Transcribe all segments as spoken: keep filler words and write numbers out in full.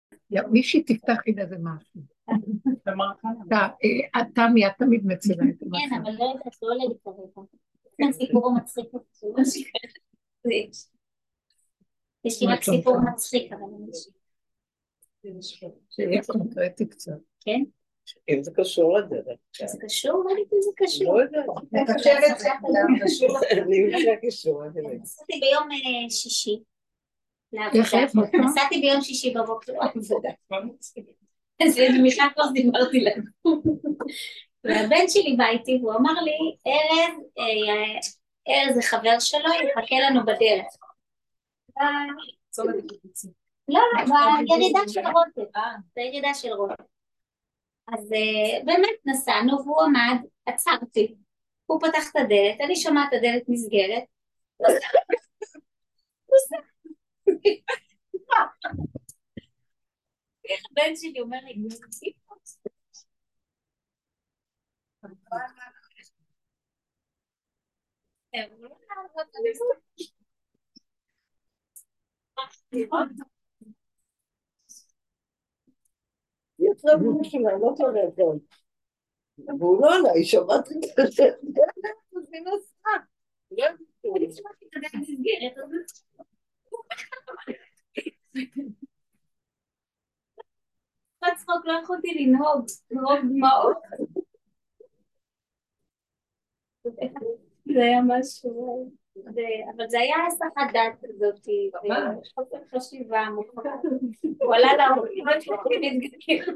מישהי תפתח לי איזה משהו. תמי, את תמיד מצילה את המשהו. כן, אבל לא יודעת, לא עולה לי כרגע. כן, סיפור מצחיק. יש לי רק סיפור מצחיק, אבל אני שיהיה קונקרטי קצת. כן? אם זה קשור לדרך. זה קשור? מה לי זה קשור? לא יודעת. אני חושבת שזה אני מבינה קשור. נסעתי ביום שישי לעבודה. נסעתי ביום שישי בבוקר לעבודה. אז מיכל כבר דיברתי לנו. והבן שלי בא איתי והוא אמר לי, ארז, ארז זה חבר שלו, יחכה לנו בדרך. לא, בירידה של רוטב, בירידה של רוטב. אז באמת נסענו והוא עמד, עצרתי, הוא פתח את הדלת, אני שומעת את הדלת נסגרת, איך הבן שלי אומר לי, יצרה במשלה, לא תולה טוב. והוא לא עלה, היא שמעת את זה. אז היא נסעה. אני שמעתי את הדלת נסגרת, בצחוק לא יכולתי לנהוג, לנהוג דמעות. זה היה משהו, אבל זה היה הסחת דעת הזאת, חוסר חשיבה מוכרחה. הוא עלה להורים, לא יכולתי להתגקר.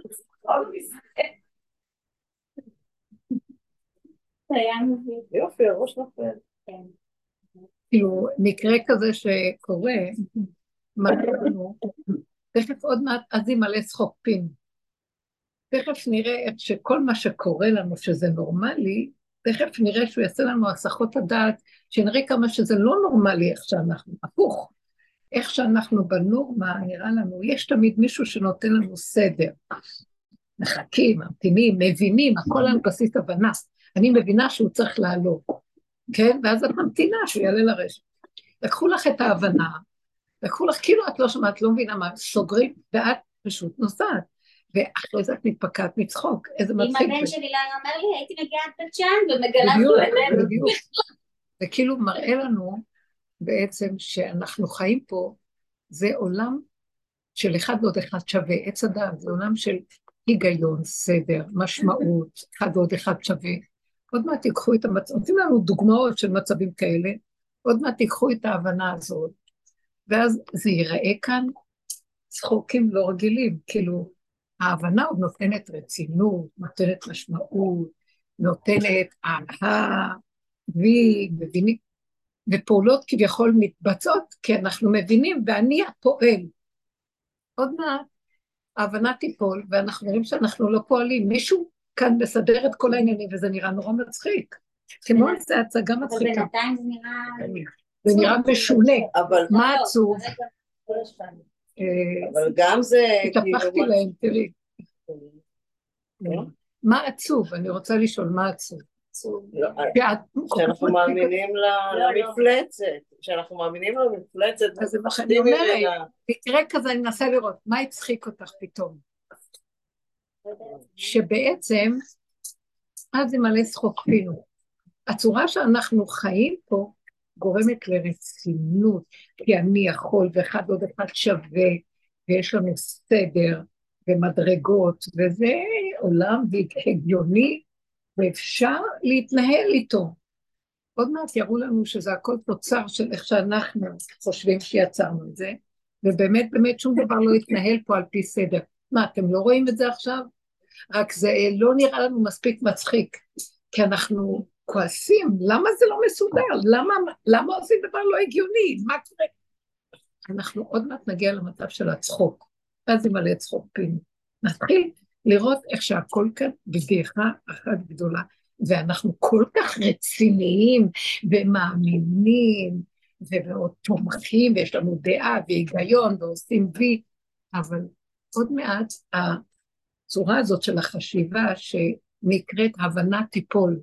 זה היה מבין. יופי, הראש נופל. כן. כאילו, מקרה כזה שקורה, מראה לנו, תכף עוד מעט, אז ימלא צחוקים. תכף נראה איך שכל מה שקורה לנו, שזה נורמלי, תכף נראה שהוא יעשה לנו הסחות הדעת, שנראה כמה שזה לא נורמלי איך שאנחנו, הפוך. איך שאנחנו בנורמה, נראה לנו, יש תמיד מישהו שנותן לנו סדר. מחכים, ממתינים, מבינים, הכל על בסיס הבנה. אני מבינה שהוא צריך לעלות, כן? ואז את ממתינה שהוא יעלה לרשת. לקחו לך את ההבנה, לקחו לך, כאילו את לא שמעת, לא מבינה מה, סוגרים, ואת פשוט נוסעת. ואחרי זה את מתפקעת מצחוק, איזה מצחיק. אם הבן שלי לא היה אומר לי, הייתי מגיעה עד בית שאן ומגלה אלינו. בדיוק. זה כאילו מראה לנו בעצם שאנחנו חיים פה, זה עולם של אחד ועוד אחד שווה, עץ הדעת, זה עולם של היגיון, סדר, משמעות, אחד ועוד אחד שווה. עוד מעט תיקחו את המצב, נותנים לנו דוגמאות של מצבים כאלה, עוד מעט תיקחו את ההבנה הזאת, ואז זה ייראה כאן צחוקים לא רגילים, כאילו ההבנה עוד נותנת רצינות, נותנת משמעות, נותנת אהה, וי, מבינים, ופעולות כביכול מתבצעות, כי אנחנו מבינים, ואני הפועל. עוד מעט, ההבנה תיפול, ואנחנו נראים שאנחנו לא פועלים. מישהו כאן מסדר את כל העניינים, וזה נראה נורא מצחיק. כמו איזה הצגה מצחיקה. אבל בינתיים זה נראה... זה נראה משונה. מה עצוב? אבל גם זה... התהפכתי להם, תראי. מה עצוב? אני רוצה לשאול, מה עצוב? שאנחנו מאמינים למפלצת, שאנחנו מאמינים למפלצת, אז זה מה שאני אומרת, תראה כזה, אני מנסה לראות, מה הצחיק אותך פתאום? שבעצם, אז זה מלא צחוקים. הצורה שאנחנו חיים פה, גורמת לרצינות, כי אני יכול, ואחד עוד אחד שווה, ויש לנו סדר, ומדרגות, וזה עולם הגיוני, ואפשר להתנהל איתו. עוד מעט יראו לנו שזה הכל תוצר של איך שאנחנו חושבים שיצרנו את זה, ובאמת באמת שום דבר לא יתנהל פה על פי סדר. מה, אתם לא רואים את זה עכשיו? רק זה לא נראה לנו מספיק מצחיק, כי אנחנו כועסים, למה זה לא מסודר? למה, למה עושים דבר לא הגיוני? מה קורה? אנחנו עוד מעט נגיע למצב של הצחוק, אז ימלא צחוק פינו. נתחיל לראות איך שהכל כאן בדיחה אחת גדולה, ואנחנו כל כך רציניים ומאמינים ומאוד תומכים, ויש לנו דעה והיגיון ועושים וי, אבל עוד מעט הצורה הזאת של החשיבה שנקראת הבנה טיפול,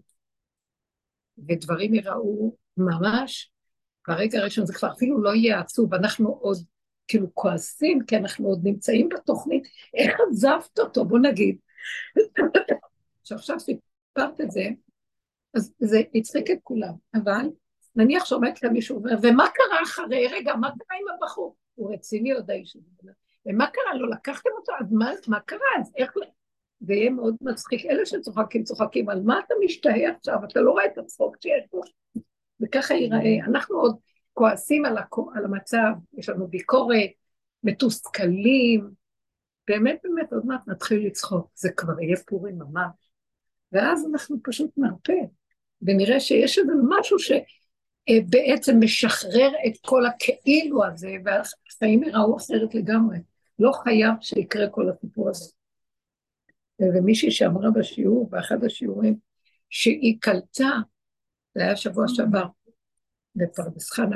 ודברים יראו ממש, ברגע הראשון זה כבר אפילו לא יהיה עצוב, אנחנו עוד כאילו כועסים, כי אנחנו עוד נמצאים בתוכנית, איך עזבת אותו, בוא נגיד. שעכשיו סיפרת את זה, אז זה הצחיק את כולם, אבל נניח שעומד כאן מישהו אומר, ומה קרה אחרי, רגע, מה קרה עם הבחור? הוא רציני עוד האיש הזה, ומה קרה? לא לקחתם אותו, אז מה, מה קרה? אז איך... זה יהיה מאוד מצחיק, אלה שצוחקים, צוחקים, על מה אתה משתהה עכשיו? אתה לא רואה את הצחוק שיש פה, וככה ייראה. אנחנו עוד כועסים על, הכו, על המצב, יש לנו ביקורת, מתוסכלים, באמת באמת עוד מעט נתחיל לצחוק, זה כבר יהיה פורים ממש, ואז אנחנו פשוט נרפה, ונראה שיש איזה משהו שבעצם משחרר את כל הכאילו הזה, והחיים יראו אחרת לגמרי, לא חייב שיקרה כל הסיפור הזה. ומישהי שאמרה בשיעור, באחד השיעורים, שהיא קלטה, זה היה שבוע שעבר, בפרדס חנה,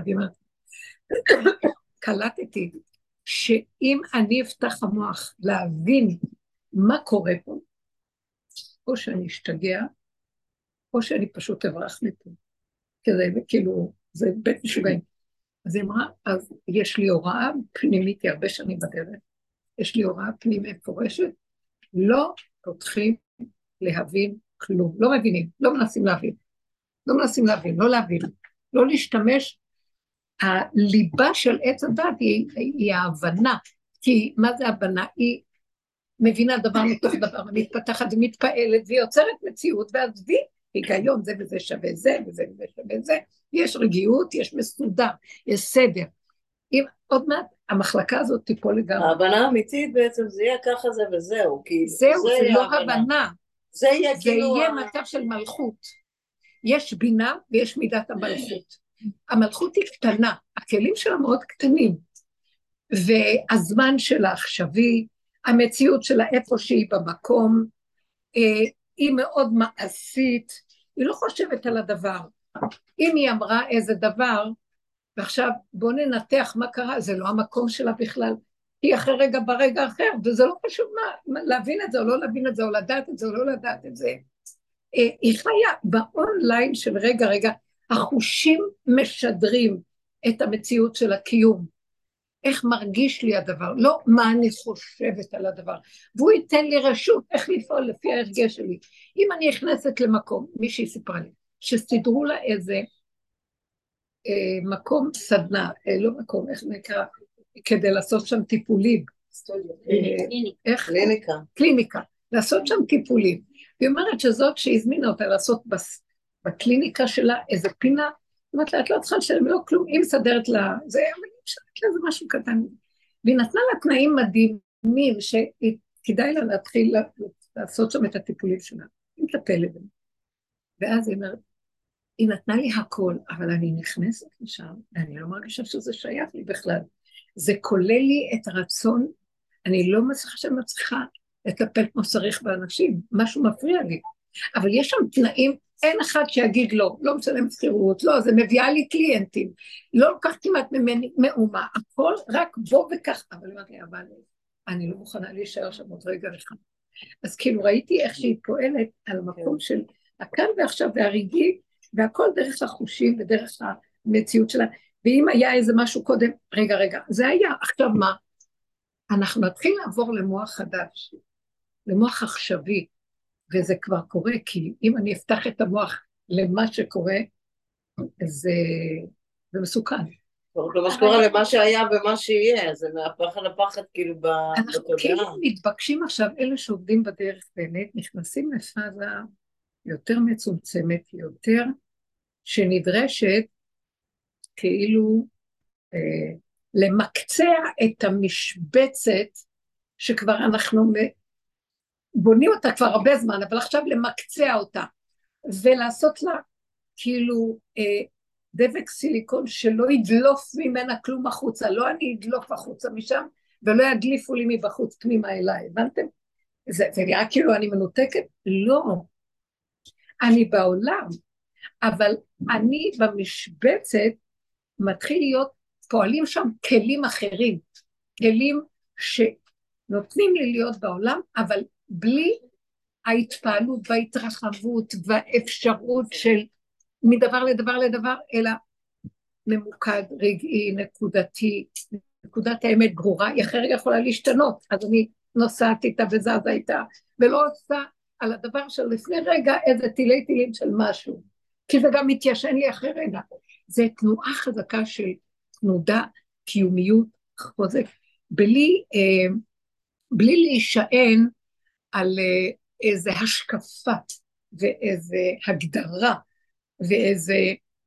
קלטתי, שאם אני אפתח המוח להבין מה קורה פה, או שאני אשתגע, או שאני פשוט אברח מפה. כזה, כאילו, זה בית משוגעים. אז היא אמרה, אז יש לי הוראה פנימית, היא הרבה שנים בדרך, יש לי הוראה פנימית מפורשת, לא פותחים להבין כלום, לא מבינים, לא מנסים להבין, לא מנסים להבין, לא להבין, לא להשתמש, הליבה של עץ הדת היא, היא ההבנה, כי מה זה הבנה? היא מבינה דבר מתוך דבר, מתפתחת ומתפעלת, והיא יוצרת מציאות, ואז די, היגיון, זה וזה שווה זה, וזה וזה שווה זה, יש רגיעות, יש מסודר, יש סדר. אם עוד מעט, המחלקה הזאת תיפול לגמרי. ההבנה האמיתית בעצם זה יהיה ככה זה וזהו, כי זהו, זה, זה זה לא הבנה. הבנה, זה יהיה זה כאילו... יהיה ה... מצב של מלכות. יש בינה ויש מידת המלכות. המלכות היא קטנה, הכלים שלה מאוד קטנים, והזמן שלה עכשווי, המציאות שלה איפה שהיא במקום, היא מאוד מעשית, היא לא חושבת על הדבר. אם היא אמרה איזה דבר, ועכשיו בוא ננתח מה קרה, זה לא המקום שלה בכלל, היא אחרי רגע ברגע אחר, וזה לא חשוב מה, להבין את זה או לא להבין את זה, או לדעת את זה או לא לדעת את זה. היא חיה באונליין של רגע רגע, החושים משדרים את המציאות של הקיום, איך מרגיש לי הדבר, לא מה אני חושבת על הדבר, והוא ייתן לי רשות איך לפעול לפי ההרגש שלי. אם אני נכנסת למקום, מישהי סיפרה לי, שסדרו לה איזה אה, מקום סדנה, אה, לא מקום, איך נקרא, כדי לעשות שם טיפולים. קליניקה. איך? קליניקה. קליניקה, לעשות שם טיפולים. היא אומרת שזאת שהזמינה אותה לעשות בס, בקליניקה שלה איזה פינה, היא אומרת לה, את לא צריכה לשלם לא כלום, היא מסדרת לה, זה היה משלמת לה, זה משהו קטן. והיא נתנה לה תנאים מדהימים, שכדאי לה להתחיל לעשות שם את הטיפולים שלה. היא מטפלת. ואז היא אומרת, היא נתנה לי הכל, אבל אני נכנסת לשם, ואני לא מרגישה שזה שייך לי בכלל. זה כולל לי את הרצון, אני לא מצליחה שאני מצליחה לטפל כמו צריך באנשים, משהו מפריע לי. אבל יש שם תנאים, אין אחד שיגיד לא, לא משלם שכירות, לא, זה מביאה לי קליינטים, לא לוקח כמעט ממני מאומה, הכל רק בוא וכך, אבל אמרתי לי, אבל אני לא מוכנה להישאר שם עוד רגע אחד. אז כאילו ראיתי איך שהיא פועלת על המקום של הכאן ועכשיו והרגעי, והכל דרך החושים ודרך המציאות שלה, ואם היה איזה משהו קודם, רגע, רגע, זה היה, עכשיו מה? אנחנו נתחיל לעבור למוח חדש, למוח עכשווי, וזה כבר קורה, כי אם אני אפתח את המוח למה שקורה, זה, זה מסוכן. מה שקורה למה שהיה ומה שיהיה, זה מהפחד לפחד כאילו בתודעה. אנחנו כאילו מתבקשים עכשיו, אלה שעובדים בדרך באמת, נכנסים לפאזה יותר מצומצמת, יותר שנדרשת כאילו אה, למקצע את המשבצת שכבר אנחנו בונים אותה כבר הרבה זמן, אבל עכשיו למקצע אותה ולעשות לה כאילו אה, דבק סיליקון שלא ידלוף ממנה כלום החוצה, לא אני אדלוף החוצה משם ולא ידליפו לי מבחוץ פנימה אליי, הבנתם? זה, זה נראה כאילו אני מנותקת? לא, אני בעולם, אבל אני במשבצת מתחיל להיות, פועלים שם כלים אחרים, כלים שנותנים לי להיות בעולם, אבל בלי ההתפעלות וההתרחבות והאפשרות של מדבר לדבר לדבר, אלא ממוקד, רגעי, נקודתי, נקודת האמת ברורה, היא אחרת יכולה להשתנות, אז אני נוסעת איתה וזזה איתה, ולא עושה על הדבר של לפני רגע איזה טילי טילים של משהו, כי זה גם מתיישן לי אחרי רגע. זה תנועה חזקה של תנודה, קיומיות, חוזק, בלי, אה, בלי להישען על אה, איזה השקפה ואיזה הגדרה ואיזה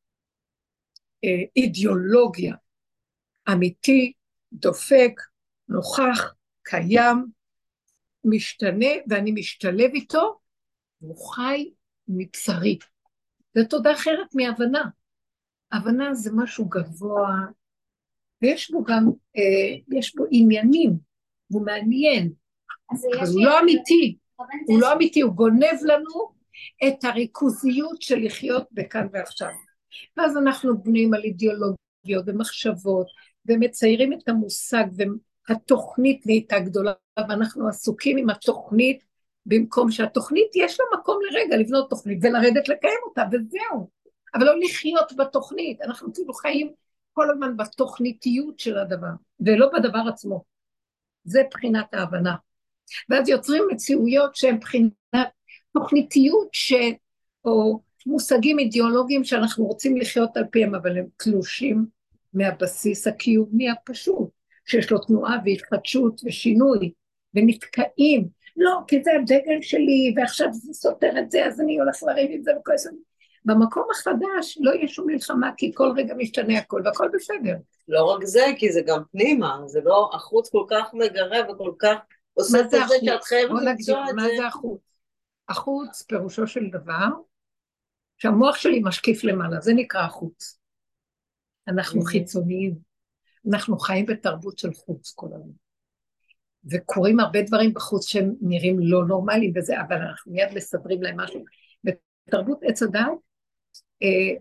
אה, אידיאולוגיה. אמיתי, דופק, נוכח, קיים, משתנה, ואני משתלב איתו, הוא חי מבשרי. זה תודה אחרת מהבנה. הבנה זה משהו גבוה, ויש בו גם, אה, יש בו עניינים, הוא מעניין, אבל הוא לא אמיתי, הוא לא אמיתי, הוא גונב לנו את הריכוזיות של לחיות בכאן ועכשיו. ואז אנחנו בנויים על אידיאולוגיות ומחשבות, ומציירים את המושג, והתוכנית נהייתה גדולה, ואנחנו עסוקים עם התוכנית, במקום שהתוכנית יש לה מקום לרגע לבנות תוכנית, ולרדת לקיים אותה, וזהו. אבל לא לחיות בתוכנית, אנחנו כאילו חיים כל הזמן בתוכניתיות של הדבר, ולא בדבר עצמו. זה בחינת ההבנה. ואז יוצרים מציאויות שהן בחינת תוכניתיות, ש... או מושגים אידיאולוגיים שאנחנו רוצים לחיות על פיהם, אבל הם תלושים מהבסיס הקיומי הפשוט, שיש לו תנועה והתחדשות ושינוי, ונתקעים. לא, כי זה הדגל שלי, ועכשיו זה סותר את זה, אז אני הולך לריב עם זה וכל זה. במקום החדש לא יהיה שום מלחמה, כי כל רגע משתנה הכל, והכל בסדר. לא רק זה, כי זה גם פנימה, זה לא החוץ כל כך מגרה וכל כך עושה את זה שאת חייבת למצוא את זה. מה זה החוץ? החוץ פירושו של דבר, שהמוח שלי משקיף למעלה, זה נקרא החוץ. אנחנו חיצוניים, אנחנו חיים בתרבות של חוץ כל הזמן. וקוראים הרבה דברים בחוץ שהם נראים לא נורמליים וזה, אבל אנחנו מיד מסדרים להם משהו. בתרבות עץ הדת, אה,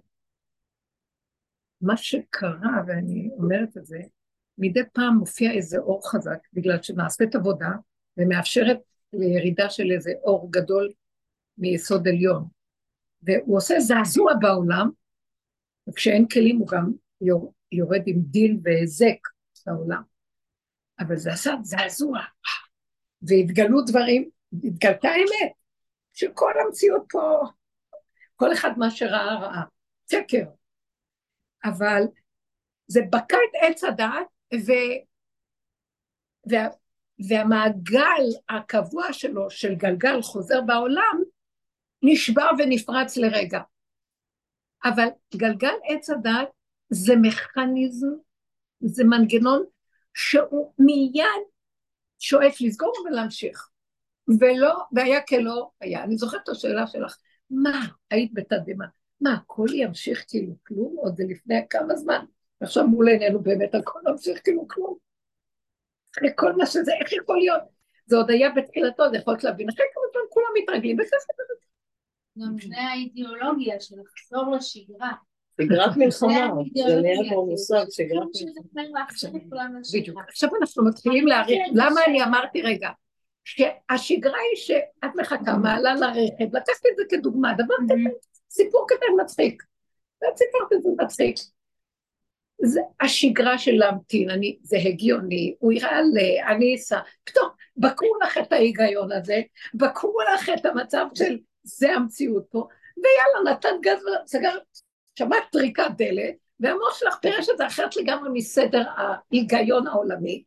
מה שקרה, ואני אומרת את זה, מדי פעם מופיע איזה אור חזק, בגלל שנעשית עבודה, ומאפשרת לירידה של איזה אור גדול מיסוד עליון. והוא עושה זעזוע בעולם, וכשאין כלים הוא גם יורד עם דין והזק בעולם. אבל זה עשה זעזוע, והתגלו דברים, התגלתה האמת, שכל המציאות פה, כל אחד מה שראה ראה, שקר. אבל זה בקע את עץ הדעת, ו... וה... והמעגל הקבוע שלו, של גלגל חוזר בעולם, נשבר ונפרץ לרגע. אבל גלגל עץ הדעת זה מכניזם, זה מנגנון שהוא מיד שואף לסגור ולהמשיך. ולא, והיה כלא היה. אני זוכרת את השאלה שלך, מה, היית בתדהמה, מה, הכל ימשיך כאילו כלום, עוד זה לפני כמה זמן, עכשיו מול עינינו באמת הכל ימשיך כאילו כלום. אחרי כל מה שזה, איך יכול להיות? זה עוד היה בתחילתו, זה יכול להבין, אחרי כמה זמן כולם מתרגלים, וככה זה. גם זה האידיאולוגיה של לחזור לשגרה. שגרת מלחמה, זה נהיה פה מושג, שגרת מלחמה. בדיוק, עכשיו אנחנו מתחילים להעריך, למה אני אמרתי רגע, שהשגרה היא שאת מחכה, מעלה לרכב, לקחתי את זה כדוגמה, דבר קטן, סיפור קטן מצחיק, ואת סיפרת את זה מצחיק. זה השגרה של להמתין, אני, זה הגיוני, הוא יראה לי, אני אסע, פתאום, בקרו לך את ההיגיון הזה, בקרו לך את המצב של זה המציאות פה, ויאללה, נתן גז וסגר, שמעת טריקת דלת, והמוח שלך פירש את זה אחרת לגמרי מסדר ההיגיון העולמי,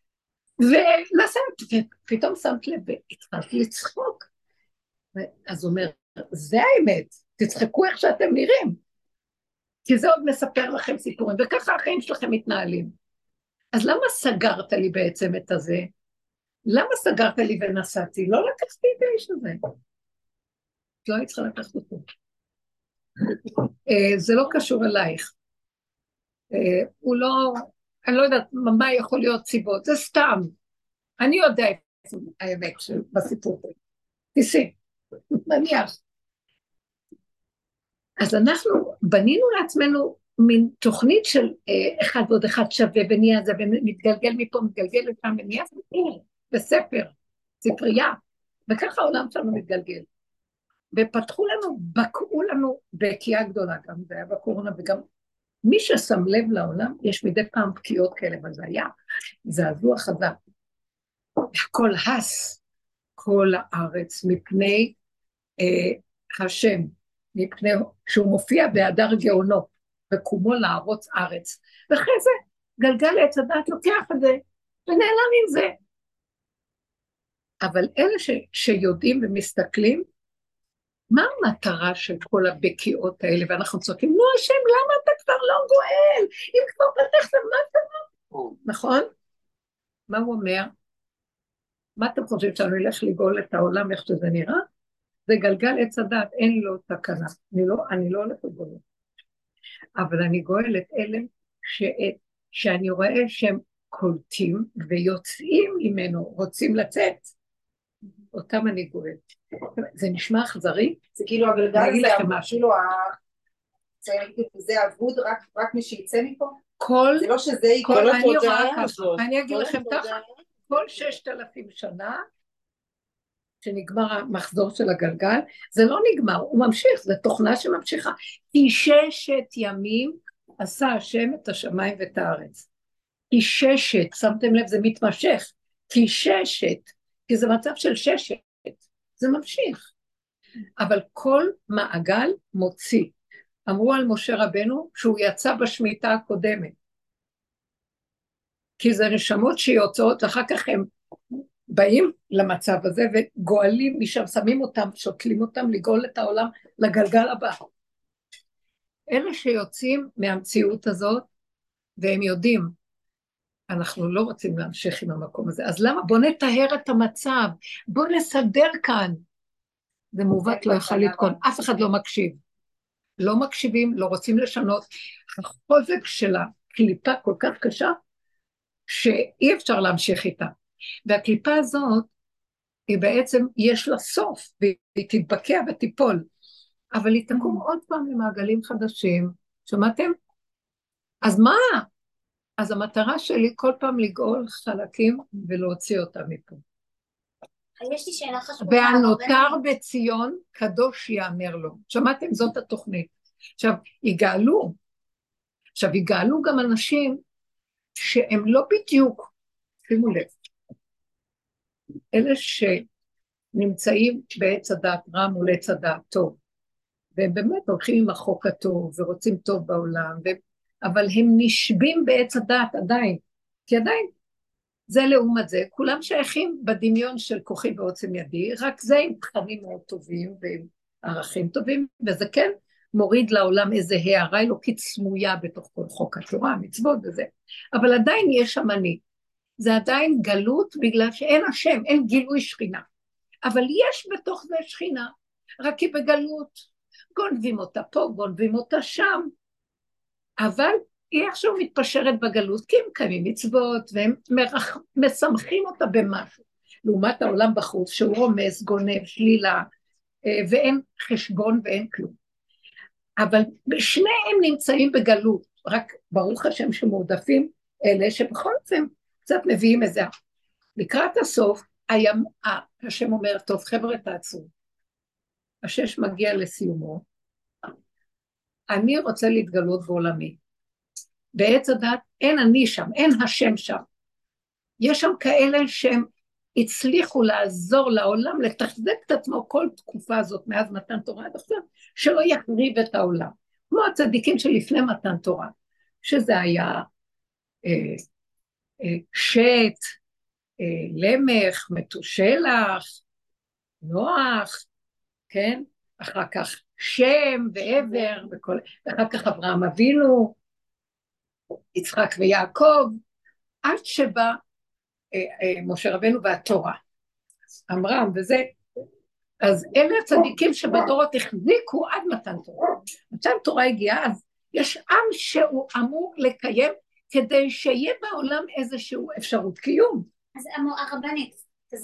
ולשמת, ופתאום שמת לב, והתחלת לצחוק, אז הוא אומר, זה האמת, תצחקו איך שאתם נראים, כי זה עוד מספר לכם סיפורים, וככה החיים שלכם מתנהלים. אז למה סגרת לי בעצם את הזה? למה סגרת לי ונסעתי? לא לקחתי את האיש הזה. לא היית צריכה לקחת אותו. זה לא קשור אלייך. הוא לא, אני לא יודעת מה יכול להיות סיבות, זה סתם. אני יודע את האמת בסיפור. תיסי, נניח. אז אנחנו בנינו לעצמנו מין תוכנית של אה, אחד ועוד אחד שווה ונהיה זה, ומתגלגל מפה, מתגלגל לשם, ונהיה בספר, ספרייה, וככה העולם שלנו מתגלגל. ופתחו לנו, בקעו לנו בקיעה גדולה, גם זה היה בקורונה, וגם מי ששם לב לעולם, יש מדי פעם פקיעות כאלה, אבל זה היה זעזוע חזק. הכל הס, כל הארץ, מפני אה, השם, מפני שהוא מופיע בהדר גאונו, וקומו לערוץ ארץ. ואחרי זה גלגל עץ הדת לוקח את זה, ונעלם עם זה. אבל אלה ש, שיודעים ומסתכלים, מה המטרה של כל הבקיעות האלה? ואנחנו צועקים, נו השם, למה אתה כבר לא גואל? אם כבר פתחת, מה קרה? נכון? מה הוא אומר? מה אתם חושבים שאני אלך לגאול את העולם איך שזה נראה? זה גלגל עץ הדת, אין לו תקנה. אני לא, אני לא הולכת לגאול. אבל אני גואל את אלה ש, שאני רואה שהם קולטים ויוצאים ממנו, רוצים לצאת. אותם אני גואלת. זה נשמע אכזרי? זה כאילו הגלגל זה, כאילו זה אבוד, רק מי שיצא מפה? כל, זה לא שזה יקרה. כל אני רואה ככה, אני אגיד לכם ככה, כל ששת אלפים שנה, שנגמר המחזור של הגלגל, זה לא נגמר, הוא ממשיך, זה תוכנה שממשיכה. כי ששת ימים עשה השם את השמיים ואת הארץ. כי ששת, שמתם לב, זה מתמשך. כי ששת, כי זה מצב של ששת, זה ממשיך. אבל כל מעגל מוציא. אמרו על משה רבנו שהוא יצא בשמיטה הקודמת. כי זה נשמות שיוצאות, ואחר כך הם באים למצב הזה וגואלים משם, שמים אותם, שותלים אותם לגאול את העולם לגלגל הבא. אלה שיוצאים מהמציאות הזאת, והם יודעים, אנחנו לא רוצים להמשיך עם המקום הזה, אז למה? בוא נטהר את המצב, בוא נסדר כאן. זה מעוות לא יכול לתקון, אף אחד לא מקשיב. לא מקשיבים, לא רוצים לשנות. החוזק של הקליפה כל כך קשה, שאי אפשר להמשיך איתה. והקליפה הזאת, היא בעצם, יש לה סוף, והיא תתבקע ותיפול. אבל היא תקום עוד פעם למעגלים חדשים. שמעתם? אז מה? אז המטרה שלי כל פעם לגאול חלקים ולהוציא אותם מפה. יש לי שאלה חשובה. והנותר בציון קדוש יאמר לו. שמעתם? זאת התוכנית. עכשיו, יגאלו. עכשיו, יגאלו גם אנשים שהם לא בדיוק, שימו לב, אלה שנמצאים בעץ הדעת רע מול עץ הדעת טוב, והם באמת הולכים עם החוק הטוב ורוצים טוב בעולם, ו... אבל הם נשבים בעץ הדעת עדיין, כי עדיין זה לעומת זה, כולם שייכים בדמיון של כוחי ועוצם ידי, רק זה עם תכנים מאוד טובים ועם ערכים טובים, וזה כן מוריד לעולם איזה הערה אלוקית סמויה בתוך כל חוק התורה, המצוות וזה, אבל עדיין יש שם אני, זה עדיין גלות בגלל שאין השם, אין גילוי שכינה, אבל יש בתוך זה שכינה, רק היא בגלות, גונבים אותה פה, גונבים אותה שם, אבל היא איכשהו מתפשרת בגלות, כי הם קיימים מצוות, והם מרח... מסמכים אותה במשהו, לעומת העולם בחוץ, שהוא רומס, גונב, שלילה, ואין חשבון ואין כלום. אבל שניהם נמצאים בגלות, רק ברוך השם שמועדפים אלה שבכל אופן קצת מביאים איזה. לקראת הסוף, הים... השם אומר, טוב חבר'ה תעצרו, השש מגיע לסיומו, אני רוצה להתגלות בעולמי. בעץ הדת אין אני שם, אין השם שם. יש שם כאלה שהם הצליחו לעזור לעולם לתחזק את עצמו כל תקופה הזאת מאז מתן תורה עד עכשיו, שלא יחריב את העולם. כמו הצדיקים שלפני מתן תורה, שזה היה אה, אה, שט, אה, למך, מתושלח, נוח, כן? אחר כך שם ועבר, וכל... ואחר כך אברהם אבינו, יצחק ויעקב, עד שבא אה, אה, משה רבנו והתורה, אמרם וזה, אז אלה הצדיקים שבדורות החזיקו עד מתן תורה. מתן תורה הגיעה, אז יש עם שהוא אמור לקיים, כדי שיהיה בעולם איזשהו אפשרות קיום. אז הרבנית,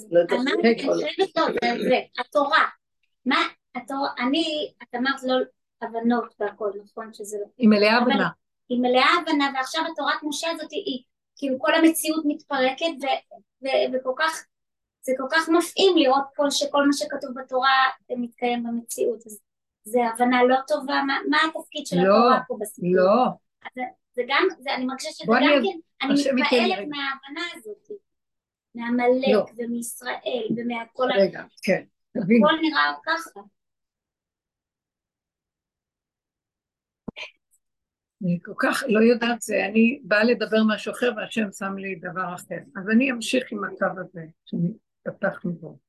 התורה, מה, התורה, אני, את אמרת לא הבנות והכל, נכון שזה לא. היא מלאה הבנה. היא מלאה הבנה, ועכשיו התורת משה הזאת היא, כאילו כל המציאות מתפרקת, וכל כך, זה כל כך מפעים לראות כל שכל מה שכתוב בתורה מתקיים במציאות, אז זה הבנה לא טובה, מה התפקיד של התורה פה בסיפור? לא, זה גם, זה, אני מרגישה שזה גם כן, אני מתפעלת מההבנה הזאת, מהמלך ומישראל ומהכל, רגע, כן, הכל נראה ככה. אני כל כך לא יודעת זה, אני באה לדבר משהו אחר והשם שם לי דבר אחר, אז אני אמשיך עם הקו הזה שפתחנו בו.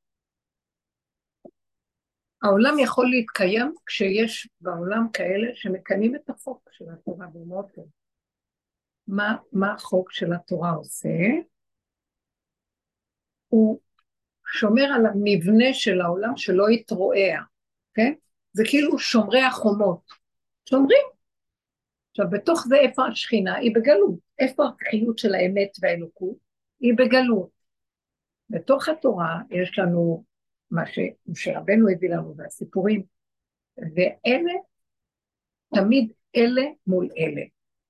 העולם יכול להתקיים כשיש בעולם כאלה שמקיימים את החוק של התורה במות. מה, מה החוק של התורה עושה? הוא שומר על המבנה של העולם שלא יתרועע, כן? זה כאילו שומרי החומות, שומרים. עכשיו, בתוך זה איפה השכינה? היא בגלות. איפה החיות של האמת והאלוקות? היא בגלות. בתוך התורה יש לנו מה שרבנו הביא לנו, והסיפורים, ואלה, תמיד אלה מול אלה.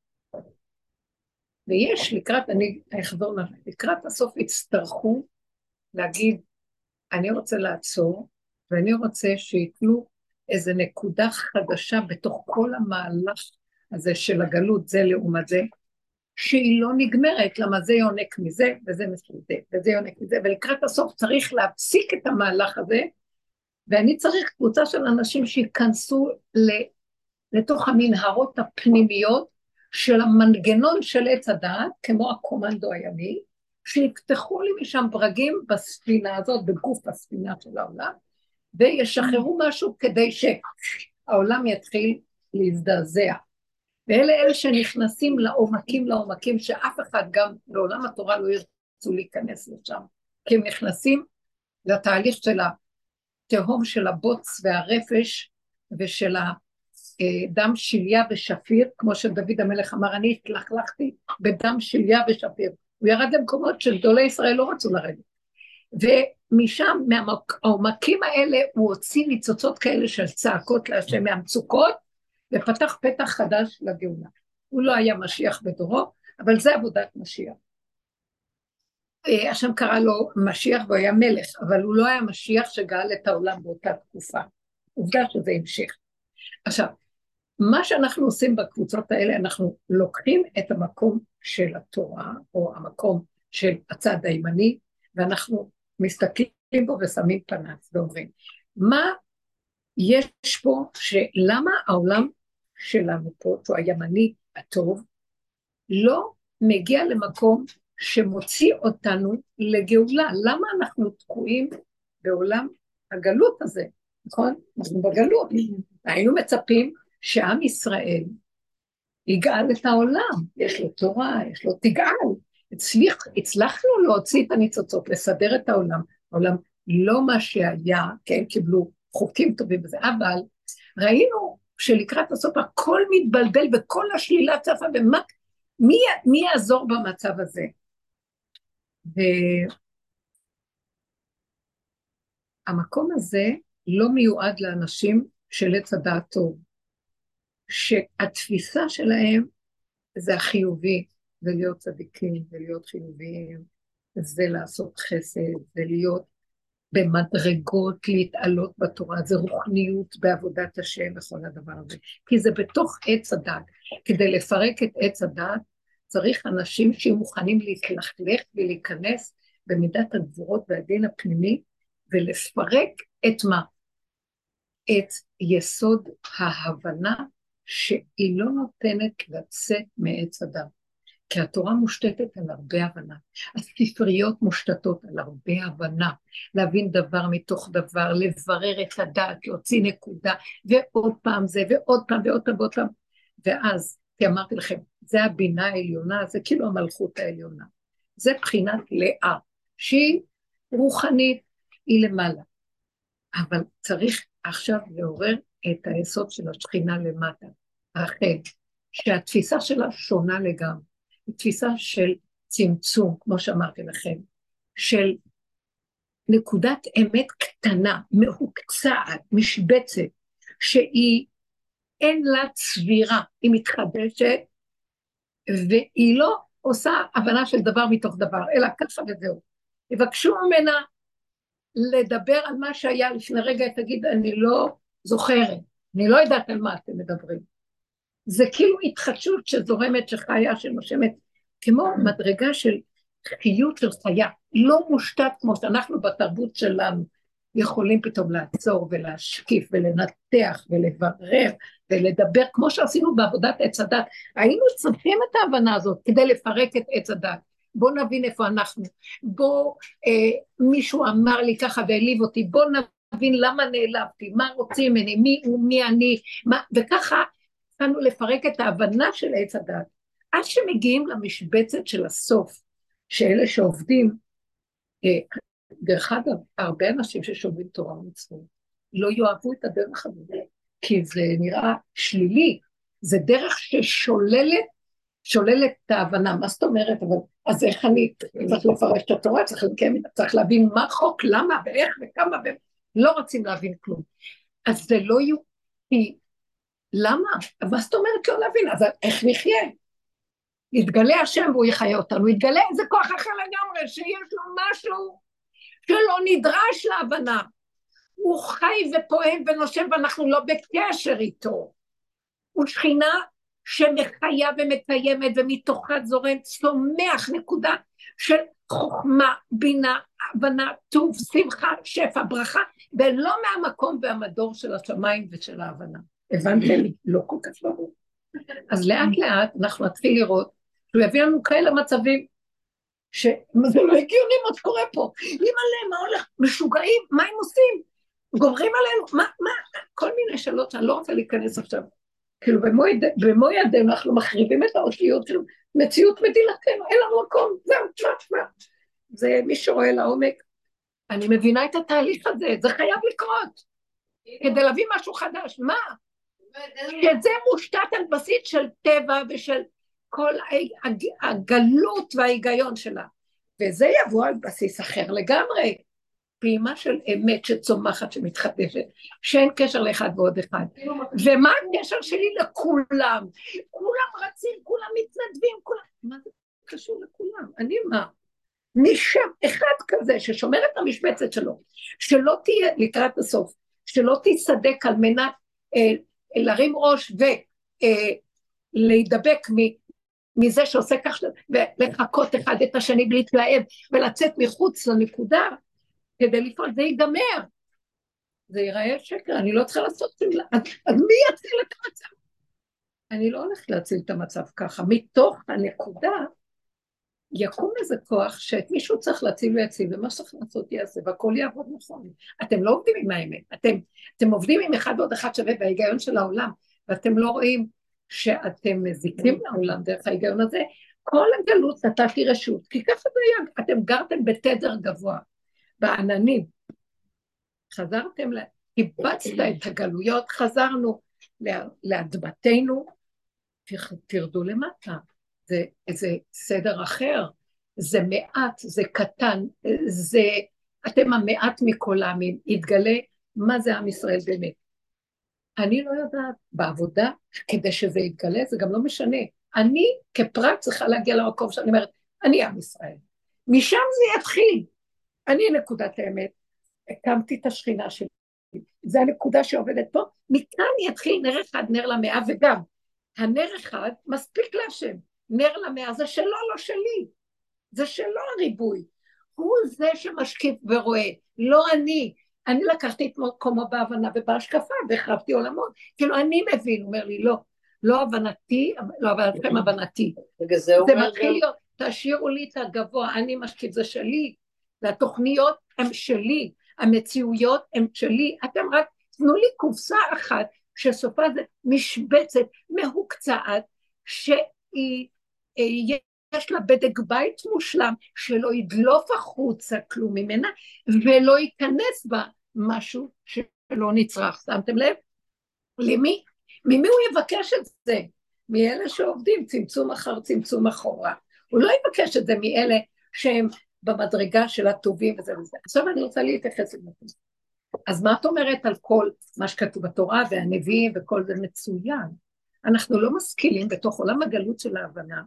ויש לקראת, אני אחזור, לקראת הסוף יצטרכו להגיד, אני רוצה לעצור, ואני רוצה שיתנו איזו נקודה חדשה בתוך כל המהלך הזה של הגלות, זה לעומת זה, שהיא לא נגמרת, למה זה יונק מזה, וזה מסודר, וזה יונק מזה, ולקראת הסוף צריך להפסיק את המהלך הזה, ואני צריך קבוצה של אנשים שיכנסו לתוך המנהרות הפנימיות של המנגנון של עץ הדעת, כמו הקומנדו הימי, שיפתחו לי משם ברגים בספינה הזאת, בגוף הספינה של העולם, וישחררו משהו כדי שהעולם יתחיל להזדעזע. ואלה אלה שנכנסים לעומקים, לעומקים, שאף אחד גם לעולם התורה לא ירצו להיכנס לשם, כי הם נכנסים לתהליך של התהום של הבוץ והרפש, ושל הדם שליה ושפיר, כמו שדוד המלך אמר, אני התלכלכתי בדם שליה ושפיר. הוא ירד למקומות שגדולי ישראל לא רצו לרדת. ומשם, מהעומקים האלה, הוא הוציא ניצוצות כאלה של צעקות להשם מהמצוקות, ופתח פתח חדש לגאולה. הוא לא היה משיח בדורו, אבל זה עבודת משיח. השם קרא לו משיח והוא היה מלך, אבל הוא לא היה משיח שגאל את העולם באותה תקופה. עובדה שזה המשיך. עכשיו, מה שאנחנו עושים בקבוצות האלה, אנחנו לוקחים את המקום של התורה, או המקום של הצד הימני, ואנחנו מסתכלים בו ושמים פנס ואומרים, מה יש פה, שלמה העולם שלנו פה, שהוא הימני הטוב, לא מגיע למקום שמוציא אותנו לגאולה? למה אנחנו תקועים בעולם הגלות הזה? נכון? אנחנו בגלות. היינו מצפים שעם ישראל יגאל את העולם, יש לו תורה, יש לו תגאל. הצליח, הצלחנו להוציא את הניצוצות, לסדר את העולם. העולם לא מה שהיה, כן, קיבלו חוקים טובים בזה, אבל ראינו שלקראת הסוף הכל מתבלבל וכל השלילה צפה, ומה, מי, מי יעזור במצב הזה? והמקום הזה לא מיועד לאנשים של עץ הדעת טוב, שהתפיסה שלהם זה החיובי, זה להיות צדיקים, זה להיות חיוביים, זה לעשות חסד, זה להיות במדרגות, להתעלות בתורה, זה רוחניות בעבודת השם וכל הדבר הזה, כי זה בתוך עץ הדעת. כדי לפרק את עץ הדעת, צריך אנשים שיהיו מוכנים להתלכלך ולהיכנס במידת הגבורות והדין הפנימי, ולפרק את מה? את יסוד ההבנה שהיא לא נותנת לצאת מעץ הדעת. כי התורה מושתתת על הרבה הבנה. הספריות מושתתות על הרבה הבנה. להבין דבר מתוך דבר, לברר את הדעת, להוציא נקודה, ועוד פעם זה, ועוד פעם, ועוד פעם, ועוד פעם. ואז, כי אמרתי לכם, זה הבינה העליונה, זה כאילו המלכות העליונה. זה בחינת לאה, שהיא רוחנית, היא למעלה. אבל צריך עכשיו לעורר את היסוד של השכינה למטה, רחל, שהתפיסה שלה שונה לגמרי. תפיסה של צמצום, כמו שאמרתי לכם, של נקודת אמת קטנה, מהוקצעת, משבצת, שהיא אין לה צבירה, היא מתחדשת, והיא לא עושה הבנה של דבר מתוך דבר, אלא ככה וזהו. יבקשו ממנה לדבר על מה שהיה לפני רגע, תגיד, אני לא זוכרת, אני לא יודעת על מה אתם מדברים. זה כאילו התחדשות שזורמת, שחיה, שנושמת, כמו מדרגה של חיות של חיה, לא מושתת כמו שאנחנו בתרבות שלנו, יכולים פתאום לעצור ולהשקיף ולנתח ולברר ולדבר, כמו שעשינו בעבודת עץ הדת, היינו צריכים את ההבנה הזאת כדי לפרק את עץ הדת, בוא נבין איפה אנחנו, בוא אה, מישהו אמר לי ככה והעליב אותי, בוא נבין למה נעלבתי, מה רוצים ממני, מי הוא, מי אני, מה, וככה התחלנו לפרק את ההבנה של עץ הדת, עד שמגיעים למשבצת של הסוף, שאלה שעובדים, אה, דרך אגב, הרבה אנשים ששומעים תורה ומצוות, לא יאהבו את הדרך הזאת, כי זה נראה שלילי, זה דרך ששוללת, שוללת את ההבנה, מה זאת אומרת, אבל אז איך אני צריך לפרש את התורה, צריך לקיים, צריך להבין מה חוק, למה ואיך וכמה, ולא רוצים להבין כלום, אז זה לא יהיו, כי למה? מה זאת אומרת לא להבין, אז איך נחיה? יתגלה השם והוא יחיה אותנו, יתגלה איזה כוח אחר לגמרי, שיש לו משהו שלא נדרש להבנה, הוא חי ופועם ונושם ואנחנו לא בקשר איתו, הוא שכינה שמחיה ומקיימת ומתוכה זורם צומח נקודה של חוכמה, בינה, הבנה, טוב, שמחה, שפע, ברכה, ולא מהמקום והמדור של השמיים ושל ההבנה. הבנתם? לא כל כך ברור. אז לאט לאט אנחנו נתחיל לראות שהוא יביא לנו כאלה מצבים שזה לא הגיוני מה שקורה פה. אימא'לה, מה הולך? משוגעים, מה הם עושים? גומרים עלינו, מה, מה? כל מיני שאלות שאני לא רוצה להיכנס עכשיו. כאילו במו, יד... במו ידינו אנחנו מחריבים את האושיות של מציאות מדינתנו, אין לנו מקום, זהו, תשמע, תשמע. זה מי שרואה לעומק, אני מבינה את התהליך הזה, זה חייב לקרות, כדי להביא משהו חדש, מה? שזה מושתת על בסיס של טבע ושל כל הגלות וההיגיון שלה, וזה יבוא על בסיס אחר לגמרי, פעימה של אמת שצומחת, שמתחדשת, שאין קשר לאחד ועוד אחד. ומה הקשר שלי לכולם? כולם רצים, כולם מתנדבים, כולם... מה זה קשור לכולם? אני מה? משם אחד כזה ששומר את המשבצת שלו, שלא תהיה לקראת הסוף, שלא תיסדק על מנת אה, להרים ראש ולהידבק אה, מזה שעושה כך, ולחכות אחד את השני בלי להתלהב, ולצאת מחוץ לנקודה, כדי לפעול, זה ייגמר. זה ייראה שקר, אני לא צריכה לעשות את זה. אז, אז מי יציל את המצב? אני לא הולכת להציל את המצב ככה. מתוך הנקודה, יקום איזה כוח שאת מישהו צריך להציל ויציל, ומה שצריך לעשות יעשה, והכל יעבוד נכון. אתם לא עובדים עם האמת, אתם, אתם עובדים עם אחד ועוד אחד שווה בהיגיון של העולם, ואתם לא רואים שאתם מזיקים לעולם דרך ההיגיון הזה, כל הגלות נתתי רשות, כי ככה זה היה, אתם גרתם בתדר גבוה, בעננים, חזרתם, קיבצת את הגלויות, חזרנו לאדמתנו, תרדו למטה, זה איזה סדר אחר, זה מעט, זה קטן, זה, אתם המעט מכל העמים, יתגלה מה זה עם ישראל באמת. אני לא יודעת בעבודה, כדי שזה יתגלה, זה גם לא משנה, אני כפרט צריכה להגיע למקום שאני אומרת, אני עם ישראל, משם זה יתחיל, אני נקודת האמת, הקמתי את השכינה שלי, זה הנקודה שעובדת פה, מכאן יתחיל נר אחד, נר למאה, וגם הנר אחד מספיק להשם, נר למאה זה שלו, לא שלי, זה שלו הריבוי, הוא זה שמשקיף ורואה, לא אני, אני לקחתי את מקומו בהבנה ובהשקפה, והחרבתי עולמות, כאילו אני מבין, הוא אומר לי, לא, לא הבנתי, לא הבנתכם הבנתי, זה מתחיל להיות, תשאירו לי את הגבוה, אני משקיף, זה שלי, והתוכניות הן שלי, המציאויות הן שלי, אתם רק תנו לי קופסה אחת, שסופה זה משבצת מהוקצעת, שהיא, יש לה בדק בית מושלם, שלא ידלוף החוצה כלום ממנה, ולא ייכנס בה משהו שלא נצרך, שמתם לב? למי? ממי הוא יבקש את זה? מאלה שעובדים, צמצום אחר צמצום אחורה, הוא לא יבקש את זה מאלה שהם במדרגה של הטובים וזה וזה. עכשיו אני רוצה להתייחס לזה. אז מה את אומרת על כל מה שכתוב בתורה והנביאים וכל זה מצוין? אנחנו לא משכילים בתוך עולם הגלות של ההבנה,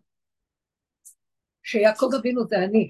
שיעקב אבינו זה אני.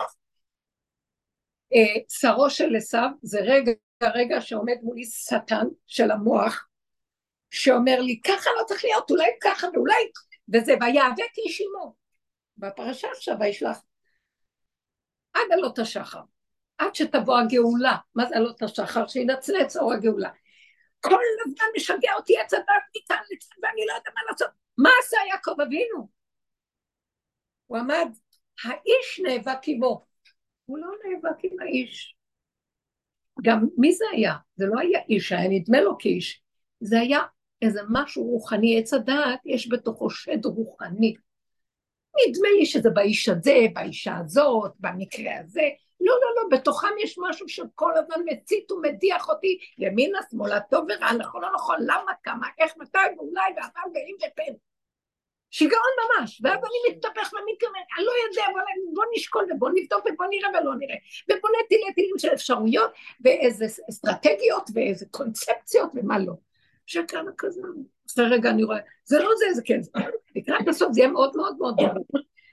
שרו של עשיו זה רגע, רגע שעומד מולי שטן של המוח, שאומר לי, ככה לא צריך להיות, אולי ככה ואולי, וזה, ויאבק איש עמו. בפרשה עכשיו, וישלח, עד עלות השחר, עד שתבוא הגאולה. מה זה עלות השחר? שינצנץ אור הגאולה. כל הזמן משגע אותי עץ הדת מכאן לכאן, ואני לא יודע מה לעשות. מה עשה יעקב אבינו? הוא עמד, האיש נאבק עמו. הוא לא נאבק עם האיש. גם מי זה היה? זה לא היה איש, היה נדמה לו כאיש. זה היה איזה משהו רוחני. עץ הדעת יש בתוכו שד רוחני. נדמה לי שזה באיש הזה, באישה הזאת, במקרה הזה. לא, לא, לא, בתוכם יש משהו שכל הזמן מצית ומדיח אותי, ימינה, שמאלה, טוב ורע, נכון, לא נכון, למה, כמה, איך, מתי, ואולי, ואבל, ואם ופן. שיגעון ממש, ואז אני מתפתח ומתכוון, אני לא יודע, אבל בוא נשקול ובוא נבדוק ובוא נראה ולא נראה, ובוא נטיל טילים של אפשרויות, ואיזה אסטרטגיות, ואיזה קונספציות, ומה לא. שכמה כזה, אחרי רגע אני רואה, זה לא זה, זה כן, לקראת הסוף זה יהיה מאוד מאוד מאוד מאוד.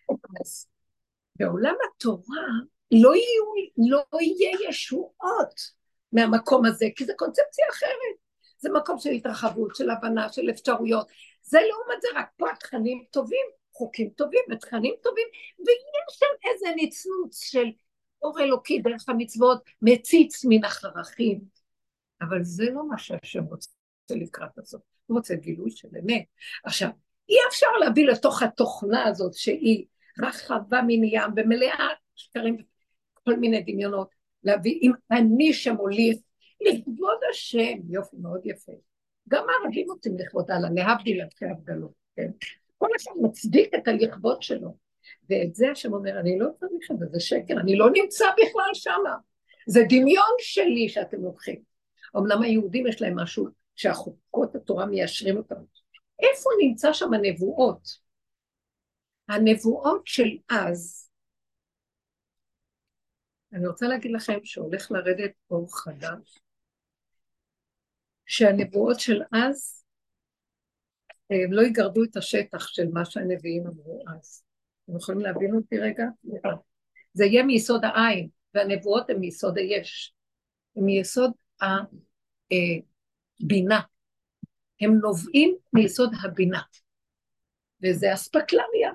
בעולם התורה לא יהיו, לא יהיה ישועות מהמקום הזה, כי זה קונספציה אחרת. זה מקום של התרחבות, של הבנה, של אפשרויות. זה לעומת זה רק פה התכנים טובים, חוקים טובים ותכנים טובים, ויש שם איזה נצנוץ של אור אלוקי דרך המצוות, מציץ מן החרכים. אבל זה לא מה שהשם רוצה לקראת הסוף. הוא רוצה גילוי של אמת. עכשיו, אי אפשר להביא לתוך התוכנה הזאת שהיא רחבה מן ים ומלאה שקרים כל מיני דמיונות, להביא עם אני שמוליך לכבוד השם, יופי מאוד יפה. גם הערבים רוצים לכבוד הלאה, להבדיל עד כהבדלות, כן? כל אחד מצדיק את הלכבוד שלו, ואת זה השם אומר, אני לא צריך את זה, זה שקר, אני לא נמצא בכלל שמה, זה דמיון שלי שאתם לוקחים. אמנם היהודים יש להם משהו שהחוקות התורה מיישרים אותם. איפה נמצא שם הנבואות? הנבואות של אז, אני רוצה להגיד לכם שהולך לרדת אור חדש, שהנבואות של אז, הם לא יגרדו את השטח של מה שהנביאים אמרו אז. אתם יכולים להבין אותי רגע? זה יהיה מיסוד העין, והנבואות הן מיסוד היש. הן מיסוד הבינה. הם נובעים מיסוד הבינה. וזה אספקלריה.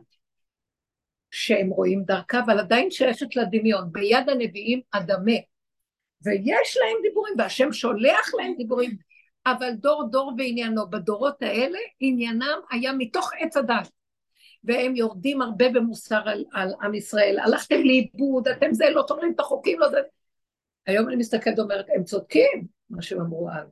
שהם רואים דרכה, אבל עדיין שייכת לדמיון, ביד הנביאים אדמה, ויש להם דיבורים, והשם שולח להם דיבורים, אבל דור דור בעניינו, בדורות האלה, עניינם היה מתוך עץ הדת, והם יורדים הרבה במוסר על, על עם ישראל, הלכתם לאיבוד, אתם זה, לא תומרים את החוקים, לא זה. היום אני מסתכלת ואומרת, הם צודקים, מה שהם אמרו אז,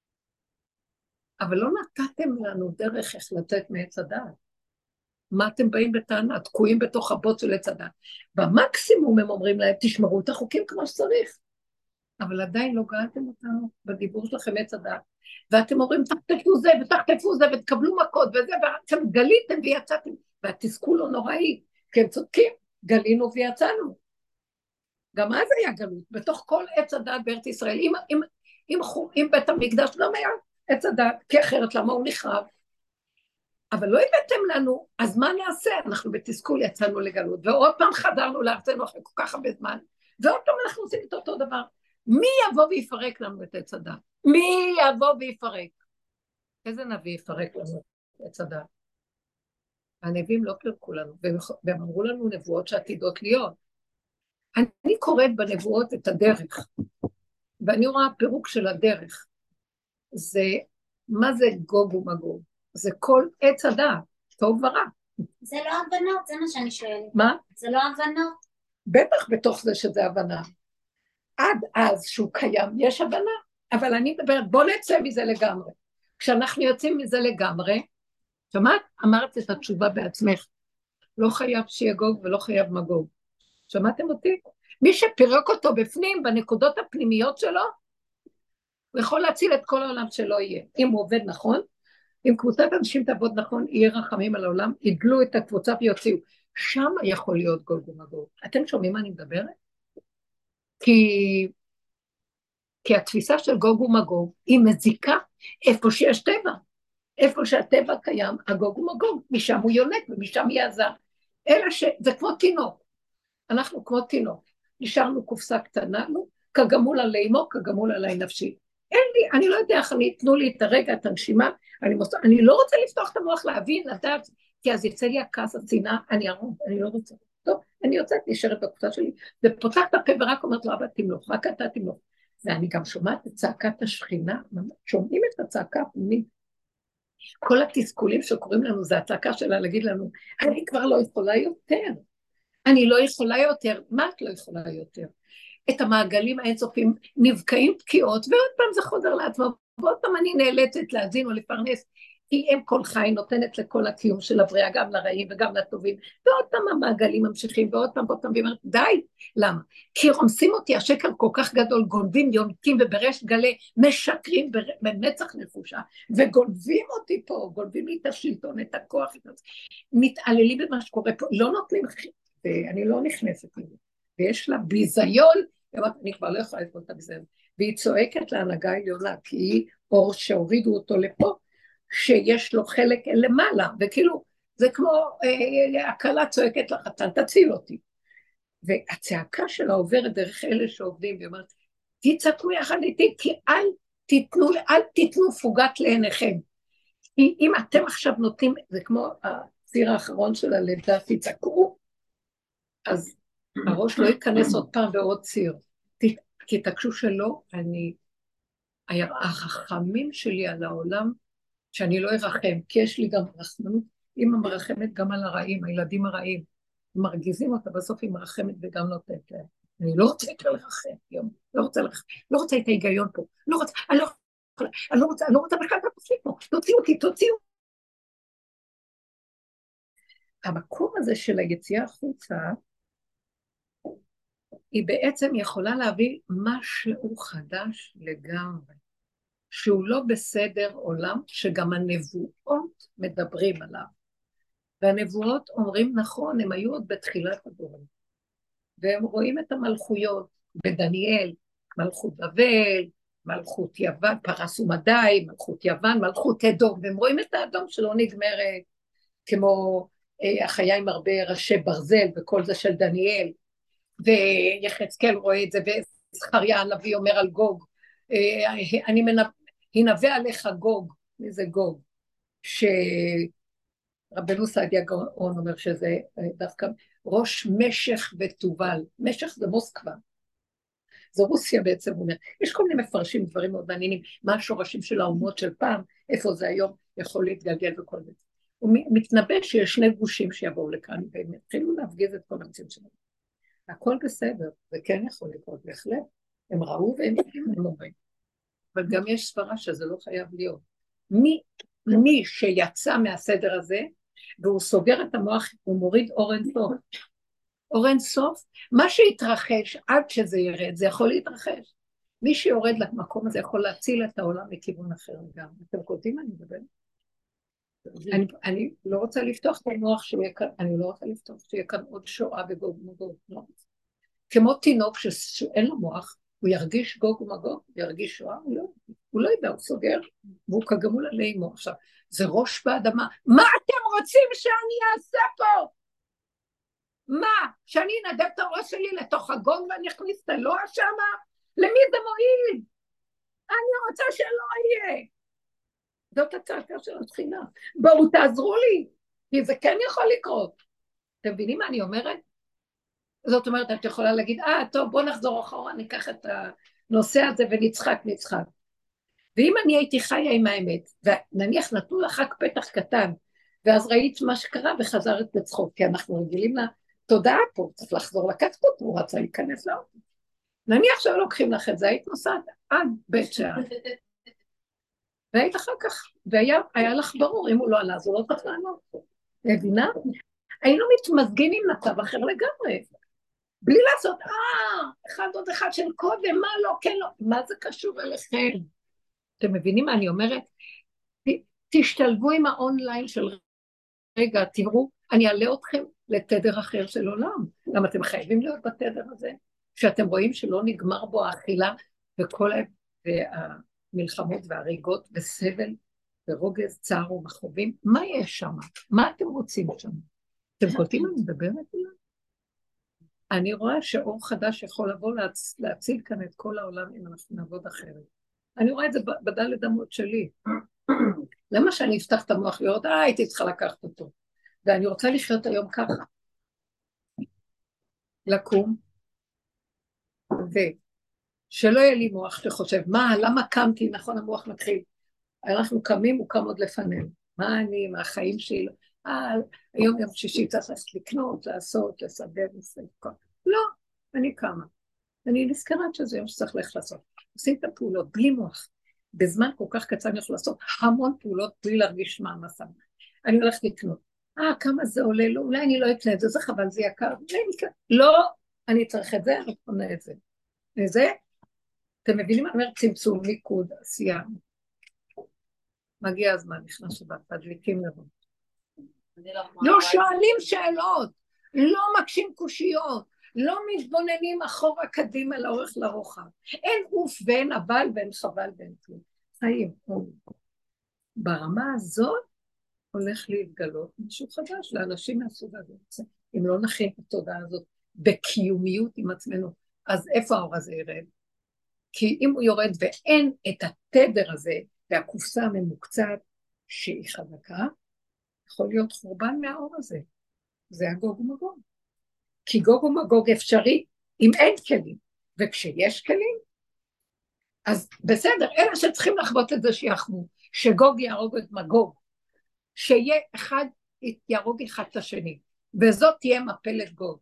אבל לא נתתם לנו דרך איך לצאת מעץ הדת. מה אתם באים בטענה? תקועים בתוך הבוץ של עץ הדת. במקסימום הם אומרים להם, תשמרו את החוקים כמו שצריך. אבל עדיין לא גאלתם אותנו בדיבור שלכם עץ הדת. ואתם אומרים, תחטפו זה ותחטפו זה ותקבלו מכות וזה, ואתם גליתם ויצאתם. והתסכול לא נוראי, כי הם צודקים, גלינו ויצאנו. גם אז היה גלות, בתוך כל עץ הדת בארץ ישראל. אם, אם, אם, אם בית המקדש גם היה עץ הדת, כי אחרת למה הוא נחרב? אבל לא הבאתם לנו, אז מה נעשה? אנחנו בתסכול יצאנו לגלות, ועוד פעם חזרנו לארצנו אחרי כל כך הרבה זמן, ועוד פעם אנחנו עושים את אותו דבר. מי יבוא ויפרק לנו את עץ הדת? מי יבוא ויפרק? איזה נביא יפרק לנו את עץ הדת? הנביאים לא פרקו לנו, והם אמרו לנו נבואות שעתידות להיות. אני קוראת בנבואות את הדרך, ואני רואה פירוק של הדרך. זה, מה זה גוג ומגוג? זה כל עץ הדעת, טוב ורע. זה לא הבנות, זה מה שאני שואלת. מה? זה לא הבנות. בטח בתוך זה שזה הבנה. עד אז שהוא קיים, יש הבנה. אבל אני מדברת, בוא נצא מזה לגמרי. כשאנחנו יוצאים מזה לגמרי, שמעת? אמרת את התשובה בעצמך. לא חייב שיהיה גוג ולא חייב מגוג. שמעתם אותי? מי שפירק אותו בפנים, בנקודות הפנימיות שלו, הוא יכול להציל את כל העולם שלא יהיה. אם הוא עובד נכון, אם קבוצת אנשים תעבוד נכון, יהיה רחמים על העולם, ידלו את הקבוצה ויוציאו. שם יכול להיות גוג ומגוג. אתם שומעים מה אני מדברת? כי, כי התפיסה של גוג ומגוג היא מזיקה איפה שיש טבע. איפה שהטבע קיים, הגוג ומגוג, משם הוא יונק ומשם יעזר. אלא שזה כמו תינוק. אנחנו כמו תינוק. נשארנו קופסה קטנה, כגמול עלי מו, כגמול עלי נפשי. אין לי, אני לא יודע איך אני, תנו לי את הרגע, את הנשימה, אני, מוס... אני לא רוצה לפתוח את המוח להבין, לדעת, כי אז יצא לי הכעס, השנאה, אני ארום, אני לא רוצה. טוב, אני יוצאת, נשארת בקבוצה שלי, ופותחת את הפה ורק אומרת לו, אבא תמלוך, רק אתה תמלוך. ואני גם שומעת את צעקת השכינה, שומעים את הצעקה הפנימית. כל התסכולים שקוראים לנו, זה הצעקה שלה להגיד לנו, אני כבר לא יכולה יותר. אני לא יכולה יותר. מה את לא יכולה יותר? את המעגלים האינסופיים נבקעים פקיעות, ועוד פעם זה חוזר לעצמו, ועוד פעם אני נאלצת להזין או לפרנס, כי אם כל חי נותנת לכל הקיום של הבריאה, גם לרעים וגם לטובים, ועוד פעם המעגלים ממשיכים, ועוד פעם, ועוד פעם, ואומרת, די, למה? כי רומסים אותי, השקר כל כך גדול, גונבים, יונקים, ובריש גלי, משקרים במצח נחושה, וגונבים אותי פה, גונבים לי את השלטון, את הכוח, מתעללים במה שקורה פה, לא נותנים, ואני לא נכנסת לזה, ויש לה ביזיון, אני כבר לא יכולה לסבול את הביזיון, והיא צועקת להנהגה העליונה, כי היא אור שהורידו אותו לפה, שיש לו חלק למעלה, וכאילו, זה כמו אה, הקלה צועקת לחתן, תציל אותי. והצעקה שלה עוברת דרך אלה שעובדים, והיא אומרת, תצעקו יחד איתי, כי אל תיתנו, אל תיתנו פוגת לעיניכם. כי אם אתם עכשיו נותנים, זה כמו הציר האחרון של הלידה, תצעקו, אז הראש לא ייכנס עוד פעם בעוד ציר. כי תקשו שלא, אני, החכמים שלי על העולם, שאני לא ארחם, כי יש לי גם רחמנות, אמא מרחמת גם על הרעים, הילדים הרעים, מרגיזים אותה, בסוף היא מרחמת וגם נותנת להם. אני לא רוצה יותר לרחם, יום, לא רוצה לרחם, לא רוצה את ההיגיון פה, לא רוצה, אני לא יכולה, אני לא רוצה, אני לא רוצה בכלל תפסיק פה, תוציאו אותי, תוציאו. המקום הזה של היציאה החוצה, היא בעצם יכולה להביא משהו חדש לגמרי, שהוא לא בסדר עולם, שגם הנבואות מדברים עליו. והנבואות אומרים נכון, הם היו עוד בתחילת הדורים. והם רואים את המלכויות בדניאל, מלכות בבל, מלכות יוון, פרס ומדי, מלכות יוון, מלכות אדום, והם רואים את האדום שלא נגמרת, כמו אה, החיה עם הרבה ראשי ברזל, וכל זה של דניאל, ויחזקאל רואה את זה, וזכריה הנביא אומר על גוג, אה, אני מנבא, ינבא עליך גוג, מי זה גוג? שרבנו סעדיה גאון אומר שזה דווקא ראש משך ותובל, משך זה מוסקבה, זה רוסיה בעצם, הוא אומר, יש כל מיני מפרשים דברים מאוד מעניינים, מה השורשים של האומות של פעם, איפה זה היום יכול להתגלגל וכל זה. הוא מתנבא שיש שני גושים שיבואו לכאן, והם התחילו להפגיז את כל המציאות שלהם. הכל בסדר, זה כן יכול לקרות בהחלט, הם ראו והם אומרים. אבל גם יש סברה שזה לא חייב להיות. מי, מי שיצא מהסדר הזה, והוא סוגר את המוח, הוא מוריד אור אין סוף. אור אין סוף, מה שיתרחש עד שזה ירד, זה יכול להתרחש. מי שיורד למקום הזה יכול להציל את העולם מכיוון אחר גם. אתם קולטים? אני מדבר. אני, אני לא רוצה לפתוח את המוח שיהיה כאן, אני לא רוצה לפתוח שיהיה כאן עוד שואה וגוג ומגוג. לא. כמו תינוק שאין לו מוח, הוא ירגיש גוג ומגוג, הוא ירגיש שואה, הוא לא, הוא לא ידע, הוא סוגר, והוא כגמול עלי אמו. עכשיו, זה ראש באדמה, מה אתם רוצים שאני אעשה פה? מה? שאני אנדב את הראש שלי לתוך הגוג ואני אכניס את אלוה שמה? למי זה מועיל? אני רוצה שלא יהיה. זאת הצעקה של התחינה. בואו תעזרו לי, כי זה כן יכול לקרות. אתם מבינים מה אני אומרת? זאת אומרת, את יכולה להגיד, אה, טוב, בוא נחזור אחורה, ניקח את הנושא הזה ונצחק, נצחק. ואם אני הייתי חיה עם האמת, ונניח נתנו לך רק פתח קטן, ואז ראית מה שקרה וחזרת לצחוק, כי אנחנו רגילים לתודעה פה, צריך לחזור לקחת אותו, הוא רצה להיכנס לאוטו. נניח שלא לוקחים לך את זה, היית נוסעת עד בית שער. והיית אחר כך, והיה היה לך ברור, אם הוא לא עלה, אז הוא לא צריך לענות. מבינה? היינו מתמזגים עם מצב אחר לגמרי. בלי לעשות, אה, אחד עוד אחד של קודם, מה לא, כן לא, מה זה קשור אליכם? אתם מבינים מה אני אומרת? ת, תשתלבו עם האונליין של רגע, תראו, אני אעלה אתכם לתדר אחר של עולם. למה אתם חייבים להיות בתדר הזה? שאתם רואים שלא נגמר בו האכילה וכל המלחמות והריגות וסבל ורוגז, צער ומחובים, מה יש שם? מה אתם רוצים שם? אתם קולטים אני מדברת אליי? אני רואה שאור חדש יכול לבוא להצ... להציל כאן את כל העולם אם אנחנו נעבוד אחרת. אני רואה את זה בדלת אמות שלי. למה שאני אפתח את המוח לראות, אה, הייתי צריכה לקחת אותו. ואני רוצה לחיות היום ככה. לקום, ושלא יהיה לי מוח שחושב, מה, למה קמתי, נכון, המוח מתחיל. אנחנו קמים, הוא קם עוד לפנינו. מה אני, מה החיים שלי, אה, היום יום שישי צריך לקנות, לעשות, לסדר, לסדר, לא, אני קמה. אני נזכרת שזה יום שצריך ללכת לעשות. עושים את הפעולות בלי מוח. בזמן כל כך קצר אני יכול לעשות המון פעולות בלי להרגיש מה מסע. אני הולכת לקנות. אה, כמה זה עולה? לא, אולי אני לא אקנה את זה, זה חבל, זה יקר. לא, אני צריך את זה, אני קונה את זה. וזה, אתם מבינים מה אומר צמצום, מיקוד, עשייה. מגיע הזמן, נכנס שבת, תדליקים לבוא. לא שואלים שאלות, לא מקשים קושיות, לא מתבוננים אחורה קדימה לאורך לרוחב. אין אוף ואין אבל ואין חבל ואין כלום. חיים. ברמה הזאת הולך להתגלות משהו חדש לאנשים מהסוג הזה. אם לא נכין את התודעה הזאת בקיומיות עם עצמנו, אז איפה האור הזה ירד? כי אם הוא יורד ואין את התדר הזה והקופסה הממוקצת שהיא חזקה, יכול להיות חורבן מהאור הזה. זה הגוג ומגוג. כי גוג ומגוג אפשרי אם אין כלים, וכשיש כלים, אז בסדר, אלה שצריכים לחוות את זה שיחמו, שגוג יהרוג את מגוג, שיהיה אחד יהרוג אחד את השני, וזאת תהיה מפלת גוג.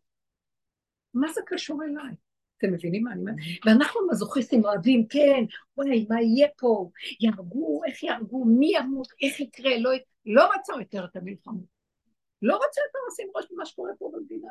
מה זה קשור אליי? אתם מבינים מה אני אומרת? ואנחנו מזוכיסטים אוהבים, כן, וואי, מה יהיה פה? יהרגו, איך יהרגו, מי ימות, איך יקרה, לא, לא רצה יותר את המלחמות. לא רוצה יותר לשים ראש במה שקורה פה במדינה,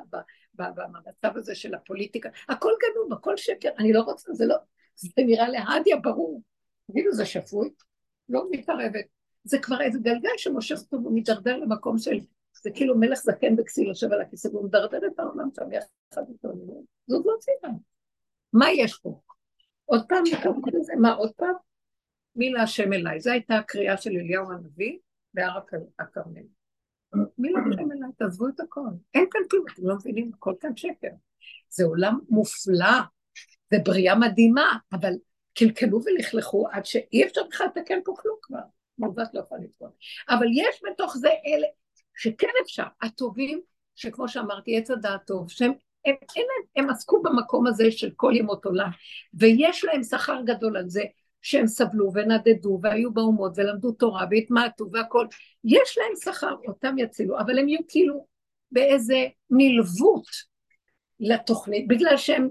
במצב הזה של הפוליטיקה, הכל גנוב, הכל שקר, אני לא רוצה, זה לא, זה נראה להדיה ברור, תגידו זה שפוי, לא מתערבת, זה כבר איזה גלגל שמושך אותו ומתדרדר למקום של, זה כאילו מלך זקן בכסיל יושב על הכיסא, והוא מדרדר את העולם שם יחד איתו, זאת לא ציפה, מה יש פה? עוד פעם נקראת לזה, מה עוד פעם? מי להשם אליי, זו הייתה הקריאה של אליהו הנביא, בהר הכרמל. מי לא לכם אליי, תעזבו את הכל. אין כאן כלום, אתם לא מבינים, הכל כאן שקר. זה עולם מופלא, זה בריאה מדהימה, אבל קלקלו ולכלכו עד שאי אפשר בכלל לתקן פה כלום כבר. מובט לא יכול לתקון. אבל יש בתוך זה אלה שכן אפשר, הטובים, שכמו שאמרתי, עץ הדעת טוב, שהם הם, הם, הם עסקו במקום הזה של כל ימות עולם, ויש להם שכר גדול על זה, שהם סבלו ונדדו והיו באומות ולמדו תורה והתמעטו והכל, יש להם שכר, אותם יצילו, אבל הם יהיו כאילו באיזה נלוות לתוכנית, בגלל שהם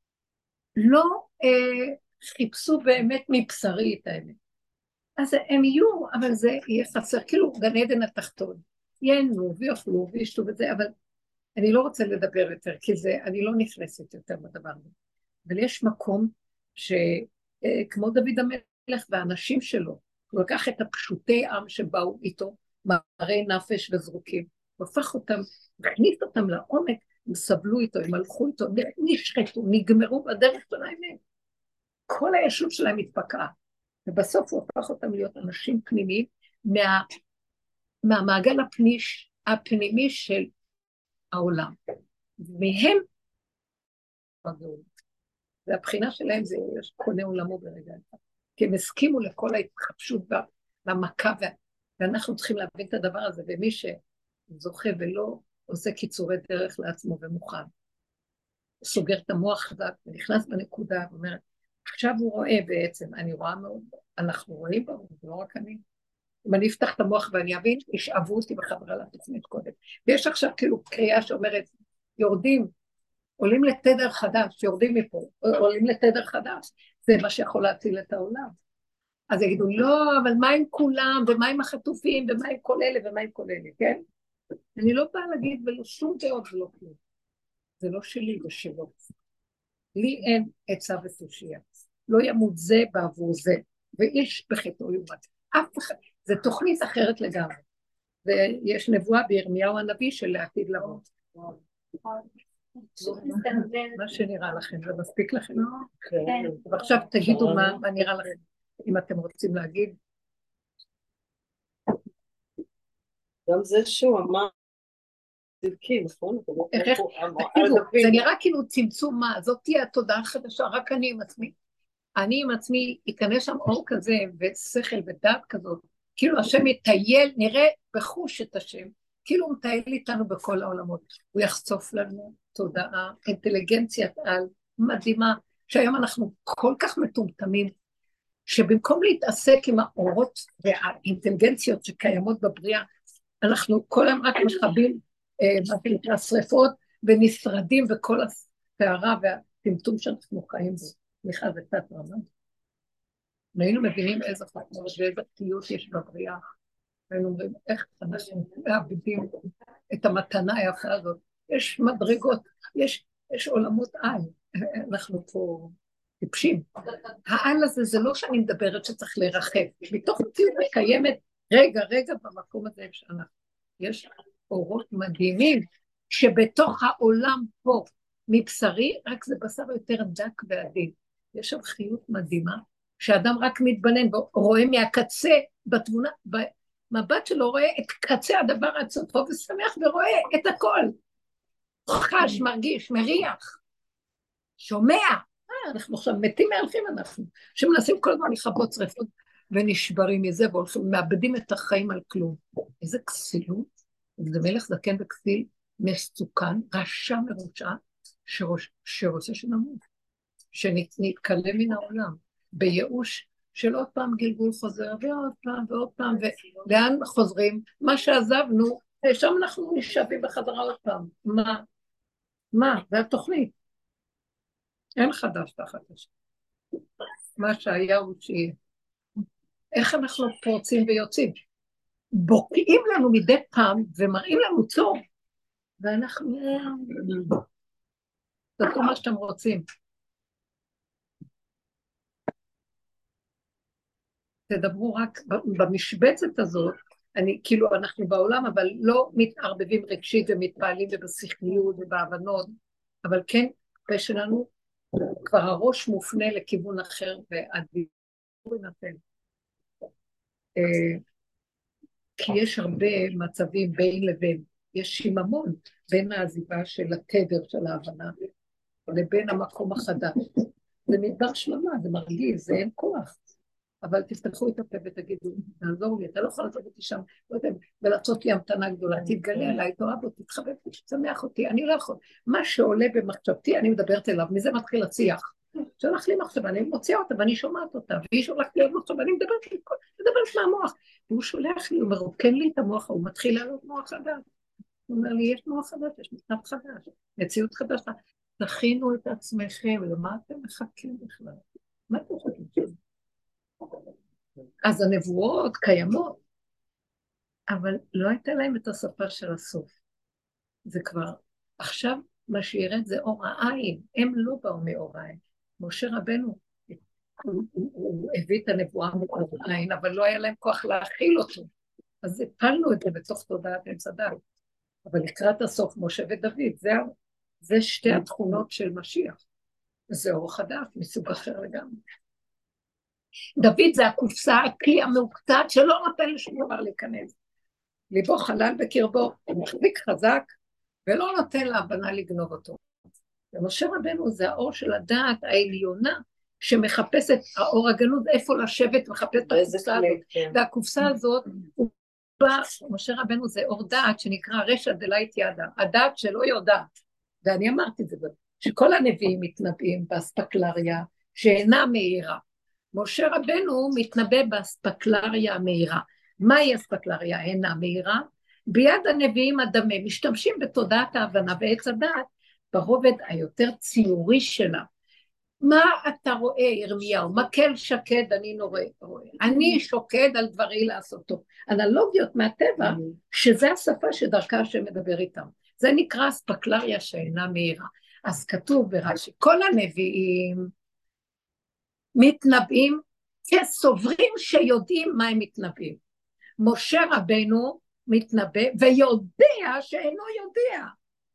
לא אה, חיפשו באמת מבשרי את האמת. אז הם יהיו, אבל זה יהיה חסר, כאילו גן עדן התחתון, ייהנו ויאכלו וישתו בזה, אבל אני לא רוצה לדבר יותר, כי זה, אני לא נכנסת יותר בדבר הזה. אבל יש מקום ש... כמו דוד המלך והאנשים שלו, הוא לקח את הפשוטי עם שבאו איתו, מראי נפש וזרוקים, הוא הפך אותם, הכניס אותם לעומק, הם סבלו איתו, הם הלכו איתו, נשחטו, נגמרו בדרך של האמת. כל הישות שלהם התפקעה, ובסוף הוא הפך אותם להיות אנשים פנימיים, מה, מהמעגל הפניש, הפנימי של העולם. מהם, והבחינה שלהם זה קונה עולמו ברגע אחד. כי הם הסכימו לכל ההתחפשות במכה, ואנחנו צריכים להבין את הדבר הזה, ומי שזוכה ולא עושה קיצורי דרך לעצמו ומוכן, סוגר את המוח חזק ונכנס בנקודה, ואומר, עכשיו הוא רואה בעצם, אני רואה מאוד, אנחנו רואים בו, זה לא רק אני. אם אני אפתח את המוח ואני אבין, ישאבו אותי בחברה לתוכנית קודם. ויש עכשיו כאילו קריאה שאומרת, יורדים, עולים לתדר חדש, יורדים מפה, עולים לתדר חדש, זה מה שיכול להציל את העולם. אז יגידו, לא, אבל מה עם כולם, ומה עם החטופים, ומה עם כל אלה, ומה עם כל אלה, כן? אני לא באה להגיד, ולא שום דעות ולא כלום. זה לא שלי, זה שלו. לי אין עצה ותושייה. לא ימות זה בעבור זה, ואיש בחטאו יומת. אף אחד, זה תוכנית אחרת לגמרי. ויש נבואה בירמיהו הנביא של לעתיד לבוא. מה שנראה לכם, זה מספיק לכם? ועכשיו תגידו מה נראה לכם, אם אתם רוצים להגיד. גם זה שהוא אמר, תבכי, נכון? זה נראה כאילו צמצום מה, זאת תהיה התודעה החדשה, רק אני עם עצמי. אני עם עצמי, ייכנס שם אור כזה, ושכל ודעת כזאת, כאילו השם יטייל, נראה בחוש את השם, כאילו הוא מטייל איתנו בכל העולמות, הוא יחשוף לנו תודעה, אינטליגנציית על, מדהימה, שהיום אנחנו כל כך מטומטמים, שבמקום להתעסק עם האורות והאינטליגנציות שקיימות בבריאה, אנחנו כל היום רק מכבים, מה שנקרא שריפות, ונשרדים בכל הסערה והטמטום שאנחנו חיים בו. סליחה, זה קצת רמה. והיינו מבינים איזה חוכמות ואיזה פתיות יש בבריאה, והיינו אומרים איך אנחנו מאבדים את המתנה היפה הזאת. יש מדרגות, יש, יש עולמות על, אנחנו פה טיפשים. העל הזה זה לא שאני מדברת שצריך לרחב, מתוך מציאות מקיימת רגע רגע במקום הזה שאנחנו. יש אורות מדהימים שבתוך העולם פה מבשרי, רק זה בשר יותר דק ועדין. יש שם חיות מדהימה, שאדם רק מתבנן, רואה מהקצה בתמונה, במבט שלו רואה את קצה הדבר עצמו, ושמח ורואה את הכל. חש, מרגיש, מריח, שומע. אה, אנחנו עכשיו מתים מהלכים אנחנו, שמנסים כל הזמן לכבות שריפות, ונשברים מזה, והולכים, מאבדים את החיים על כלום. איזה כסילות, זה מלך זקן וכסיל, מסוכן, רשע מרושע, שרוש, שרוצה שנמות, שנתקלה מן העולם, בייאוש של עוד פעם גלגול חוזר, ועוד פעם ועוד פעם, ולאן חוזרים? מה שעזבנו, שם אנחנו נשאבים בחזרה עוד פעם. מה? מה? זה התוכנית. אין חדש תחת השם. מה שהיה הוא שיהיה. איך אנחנו פורצים ויוצאים? בוקעים לנו מדי פעם, ומראים לנו צור, ואנחנו... זה כל מה שאתם רוצים. תדברו רק במשבצת הזאת, אני, כאילו אנחנו בעולם, אבל לא מתערבבים רגשית ומתפעלים ובשכליות ובהבנות, אבל כן, פה שלנו, כבר הראש מופנה לכיוון אחר, והדיבור ינתן. כי יש הרבה מצבים בין לבין, יש שיממון בין העזיבה של התדר של ההבנה, לבין המקום החדש. זה מדבר שלמה, זה מרגיז, זה אין כוח. אבל תפתחו את הפה ותגידו, תעזור לי, אתה לא יכול לעשות אותי שם, לא יודע, ולעשות לי המתנה גדולה, תתגלה עליי, תאהב אותי, תתחבב אותי, תשמח אותי, אני לא יכול. מה שעולה במחשבתי, אני מדברת אליו, מזה מתחיל השיח. שולח לי מחשבה, אני מוציאה אותה ואני שומעת אותה, והיא שולחת לי עוד מחשבה, אני מדברת לי, מדברת מהמוח. והוא שולח לי, הוא מרוקן לי את המוח, הוא מתחיל לעלות מוח חדש. הוא אומר לי, יש מוח חדש, יש מצב חדש, מציאות חדשה. תכינו את עצמכם, למה אתם מחכים בכלל? מה אתם מחכים? אז הנבואות קיימות, אבל לא הייתה להם את השפה של הסוף. זה כבר, עכשיו מה שירד זה אור העין, הם לא באו מאור העין. משה רבנו, הוא, הוא, הוא הביא את הנבואה מאור העין, אבל לא היה להם כוח להכיל אותו. אז הפלנו את זה בתוך תודעת אמצע דעת. אבל לקראת הסוף, משה ודוד, זה, זה שתי התכונות של משיח. זה אור חדש, מסוג אחר לגמרי. דוד זה הקופסה, הכלי המעוקצת, שלא נותן לשום דבר להיכנס. ליבו חלל בקרבו, הוא מחזיק חזק, ולא נותן להבנה לגנוב אותו. ומשה רבנו זה האור של הדעת העליונה, שמחפשת האור הגנוז, איפה לשבת, מחפש את הקופסה הזאת. והקופסה הזאת, הוא בא, משה רבנו זה אור דעת, שנקרא רשע דלית ידה, הדעת שלא יודעת. ואני אמרתי את זה, שכל הנביאים מתנבאים באספקלריה, שאינה מהירה. משה רבנו מתנבא באספקלריה המהירה. מהי אספקלריה? אינה מהירה. ביד הנביאים הדמה, משתמשים בתודעת ההבנה ועץ הדעת, ברובד היותר ציורי שלה. מה אתה רואה, ירמיהו? מקל שקד אני נורא, רואה. אני שוקד על דברי לעשותו. אנלוגיות מהטבע, שזה השפה שדרכה השם מדבר איתם. זה נקרא אספקלריה שאינה מהירה. אז כתוב ברש"י, כל הנביאים מתנבאים כסוברים שיודעים מה הם מתנבאים. משה רבנו מתנבא ויודע שאינו יודע.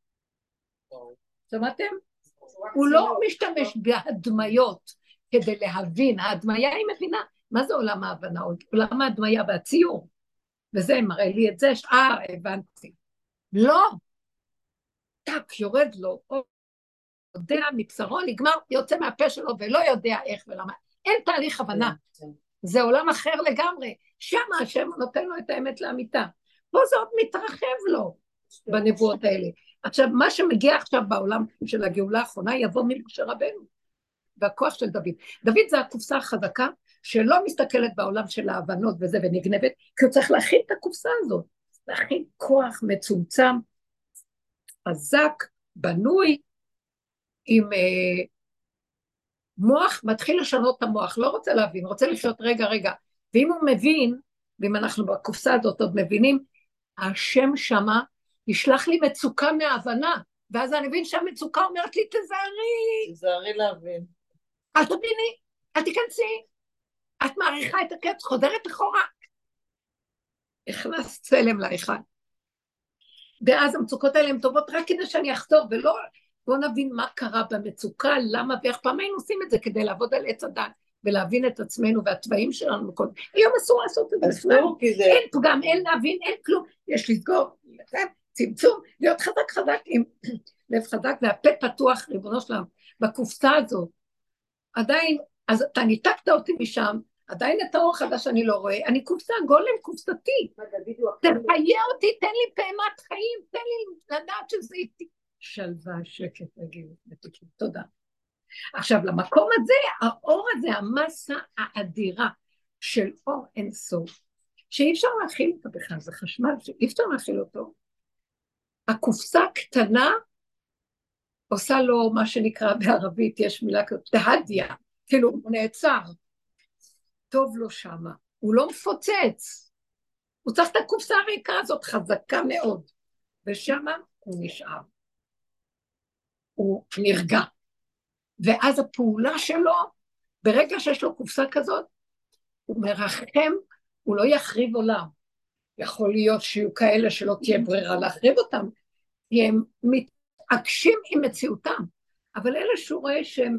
שמעתם? הוא לא משתמש בהדמיות כדי להבין. ההדמיה היא מבינה. מה זה עולם ההבנה? עולם ההדמיה והציור. וזה מראה לי את זה, אה, הבנתי. לא. טק, יורד לו. יודע מבשרו, נגמר, יוצא מהפה שלו ולא יודע איך ולמה. אין תהליך הבנה. זה עולם אחר לגמרי. שם השם נותן לו את האמת לאמיתה. פה זה עוד מתרחב לו בנבואות האלה. עכשיו, מה שמגיע עכשיו בעולם של הגאולה האחרונה, יבוא ממשה רבנו, והכוח של דוד. דוד זה הקופסה החזקה, שלא מסתכלת בעולם של ההבנות וזה ונגנבת, כי הוא צריך להכין את הקופסה הזאת, להכין כוח מצומצם, חזק, בנוי, עם אה, מוח, מתחיל לשנות את המוח, לא רוצה להבין, רוצה לחיות רגע רגע, ואם הוא מבין, ואם אנחנו בקופסה הזאת עוד מבינים, השם שמה, ישלח לי מצוקה מההבנה, ואז אני מבין שהמצוקה אומרת לי, תזהרי. תזהרי להבין. אל תביני, אל תיכנסי. את מעריכה את הקץ, חוזרת אחורה. הכנס צלם לאחד. ואז המצוקות האלה הן טובות רק כדי שאני אחזור, ולא, בוא נבין מה קרה במצוקה, למה ואיך פעם היינו עושים את זה כדי לעבוד על עץ הדת, ולהבין את עצמנו והטבעים שלנו. וכל... היום אסור לעשות את זה. אסור, כי זה... אין פגם, אין להבין, אין כלום. יש לסגור, צמצום, להיות חזק חזק עם לב חזק, והפה פתוח, ריבונו שלנו, בקופסה הזאת. עדיין, אז אתה ניתקת אותי משם, עדיין את האור חדש אני לא רואה, אני קופסה, גולם קופסתי. תחיה אותי, תן לי פעמת חיים, תן לי לדעת שזה איתי. שלווה, שקט, רגילות, מתוקים, תודה. עכשיו, למקום הזה, האור הזה, המסה האדירה של אור אין סוף, שאי אפשר להכיל אותו בכלל, זה חשמל שאי אפשר להכיל אותו. הקופסה קטנה, עושה לו מה שנקרא בערבית, יש מילה כזאת, תהדיה, כאילו הוא נעצר, טוב לו שמה, הוא לא מפוצץ, הוא צריך את הקופסה הריקה הזאת, חזקה מאוד, ושמה הוא נשאר, הוא נרגע, ואז הפעולה שלו, ברגע שיש לו קופסה כזאת, הוא מרחם, הוא לא יחריב עולם, יכול להיות שיהיו כאלה שלא תהיה ברירה להחריב אותם, כי הם מתעקשים עם מציאותם, אבל אלה שהוא רואה שהם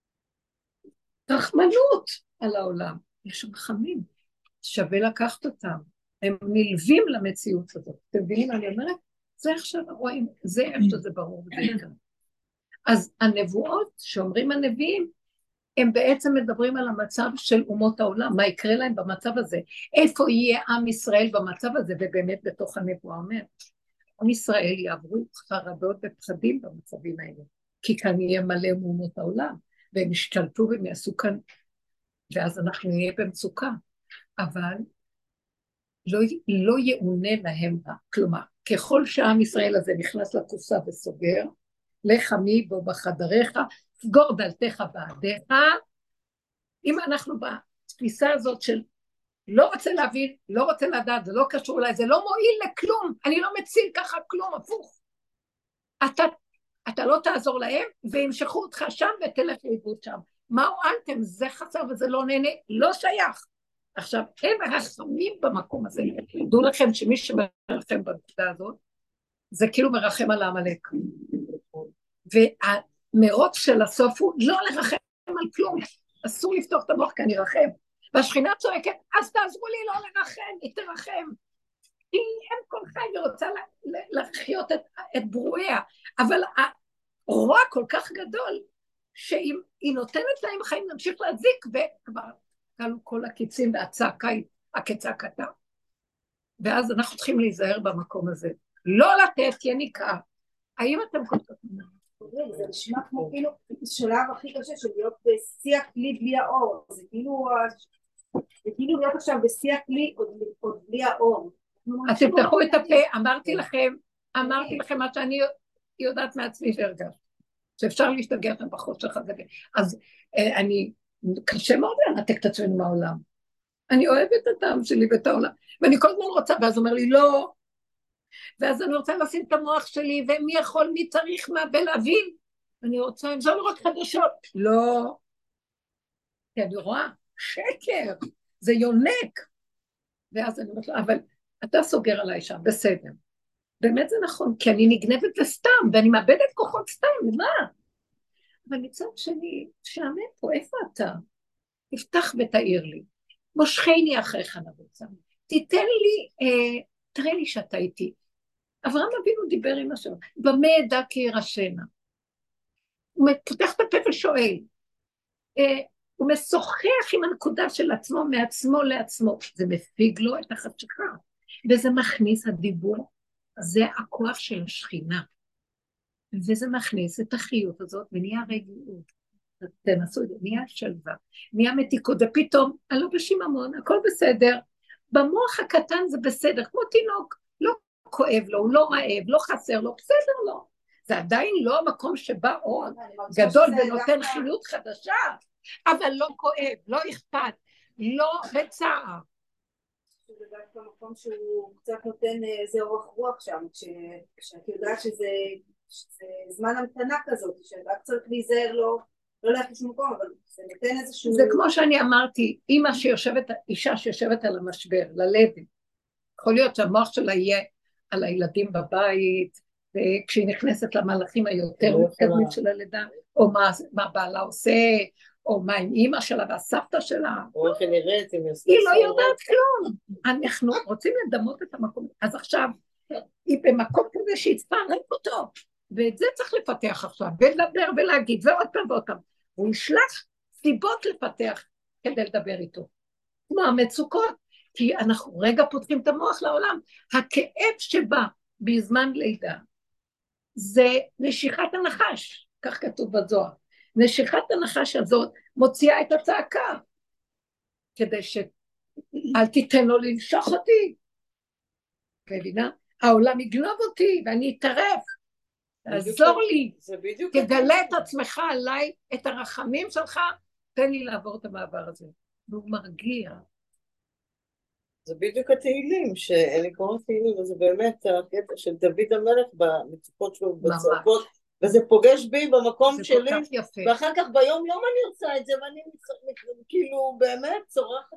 רחמנות על העולם, יש שם חמים, שווה לקחת אותם, הם נלווים למציאות הזאת, אתם מבינים מה אני אומרת? זה עכשיו רואים, זה איך שזה ברור וזה כאן. אז הנבואות שאומרים הנביאים, הם בעצם מדברים על המצב של אומות העולם, מה יקרה להם במצב הזה, איפה יהיה עם ישראל במצב הזה, ובאמת בתוך הנבואה אומר, עם ישראל יעברו חרדות ופחדים במצבים האלה, כי כאן יהיה מלא אומות העולם, והם ישתלטו והם יעשו כאן, ואז אנחנו נהיה במצוקה, אבל לא, לא יעונה להם רע, כלומר, ככל שהעם ישראל הזה נכנס לקופסה וסוגר, לך מי בו בחדריך, סגור דלתך בעדיך, אם אנחנו בתפיסה הזאת של לא רוצה להבין, לא רוצה לדעת, זה לא קשור אליי, זה לא מועיל לכלום, אני לא מציל ככה כלום, הפוך. אתה, אתה לא תעזור להם, וימשכו אותך שם ותלך לאיבוד שם. מה הועלתם? זה חסר וזה לא נהנה, לא שייך. עכשיו, הם הרחמים במקום הזה. דעו לכם שמי שמרחם בנקודה הזאת, זה כאילו מרחם על העמלק. והמרוץ של הסוף הוא לא לרחם על כלום, אסור לפתוח את המוח כי אני רחם. והשכינה צועקת, אז תעזרו לי לא לרחם, היא תרחם. היא אין כל חי ורוצה לחיות את, את ברואיה, אבל הרוע כל כך גדול, שהיא נותנת להם חיים להמשיך להזיק, וכבר קלו כל הקיצים והצעקה, הקצעקתה. ואז אנחנו צריכים להיזהר במקום הזה. לא לתת יניקה. האם אתם כל כך מנהל? זה נשמע כמו כאילו שלב הכי קשה של להיות בשיח כלי בלי האור, זה כאילו זה כאילו להיות עכשיו בשיח כלי עוד בלי האור. אז תפתחו את הפה, אמרתי לכם, אמרתי לכם מה שאני יודעת מעצמי שהרגשת, שאפשר להשתגע לכם בחושך הזה, אז אני, קשה מאוד לנתק את עצמנו מהעולם, אני אוהבת את העם שלי ואת העולם, ואני כל הזמן רוצה, ואז אומר לי לא, ואז אני רוצה לשים את המוח שלי, ומי יכול, מי צריך מה בלהבין, אני רוצה, אם זה לא רק חדשות, לא, כי אני רואה, שקר, זה יונק, ואז אני אומרת לו, אבל אתה סוגר עליי שם, בסדר, באמת זה נכון, כי אני נגנבת לסתם, ואני מאבדת כוחות סתם, מה? אבל מצד שני, שעמד פה, איפה אתה? תפתח ותאיר לי, מושכני אחריך נבוצה, תיתן לי, אה, תראה לי שאתה איתי, אברהם אבינו דיבר עם השם, במה ידע כי ירשנה, הוא פותח את הפה ושואל, אה, הוא משוחח עם הנקודה של עצמו, מעצמו לעצמו, זה מפיג לו את החשכה, וזה מכניס הדיבור, זה הכוח של השכינה, וזה מכניס את החיות הזאת, ונהיה רגיעות, תנסו את זה, נהיה שלווה, נהיה מתיקות, ופתאום, אני לא בשיממון, הכל בסדר, במוח הקטן זה בסדר, כמו תינוק, לא כואב לו, הוא לא רעב, לא חסר לו, בסדר לו, זה עדיין לא המקום שבא אור גדול ונותן חיות חדשה, אבל לא כואב, לא אכפת, לא בצער. זה דווקא מקום שהוא קצת נותן איזה אורך רוח שם, כשאת יודעת שזה זמן המתנה כזאת, שרק צריך להיזהר לו, לא להכניס מקום, אבל זה נותן איזשהו... זה כמו שאני אמרתי, אמא שיושבת, אישה שיושבת על המשבר, ללדת, יכול להיות שהמוח שלה יהיה על הילדים בבית, וכשהיא נכנסת למהלכים היותר מתקדמים של הלידה, או מה, מה בעלה עושה, או מה עם אמא שלה והסבתא שלה. או איך היא נראית, אם היא לא יודעת כלום. אנחנו רוצים לדמות את המקום. אז עכשיו, היא במקום כזה שהצטערק אותו, ואת זה צריך לפתח עכשיו, ולדבר ולהגיד, ועוד פעם ועוד פעם. הוא ישלח סיבות לפתח כדי לדבר איתו. כמו המצוקות, כי אנחנו רגע פותחים את המוח לעולם. הכאב שבא בזמן לידה, זה נשיכת הנחש, כך כתוב בזוהר. נשיכת הנחש הזאת מוציאה את הצעקה, כדי שאל תיתן לו לנשוך אותי. מבינה? העולם יגנוב אותי ואני אתערף. תעזור לי, תגלה את עצמך עליי, את הרחמים שלך, תן לי לעבור את המעבר הזה. והוא מרגיע. זה בדיוק התהילים, שאני קוראת תהילים, וזה באמת הקטע של דוד המלך במצוקות שלו, בצעקות, וזה פוגש בי במקום שלי, ואחר כך ביום יום אני עושה את זה, ואני כאילו באמת צורחת.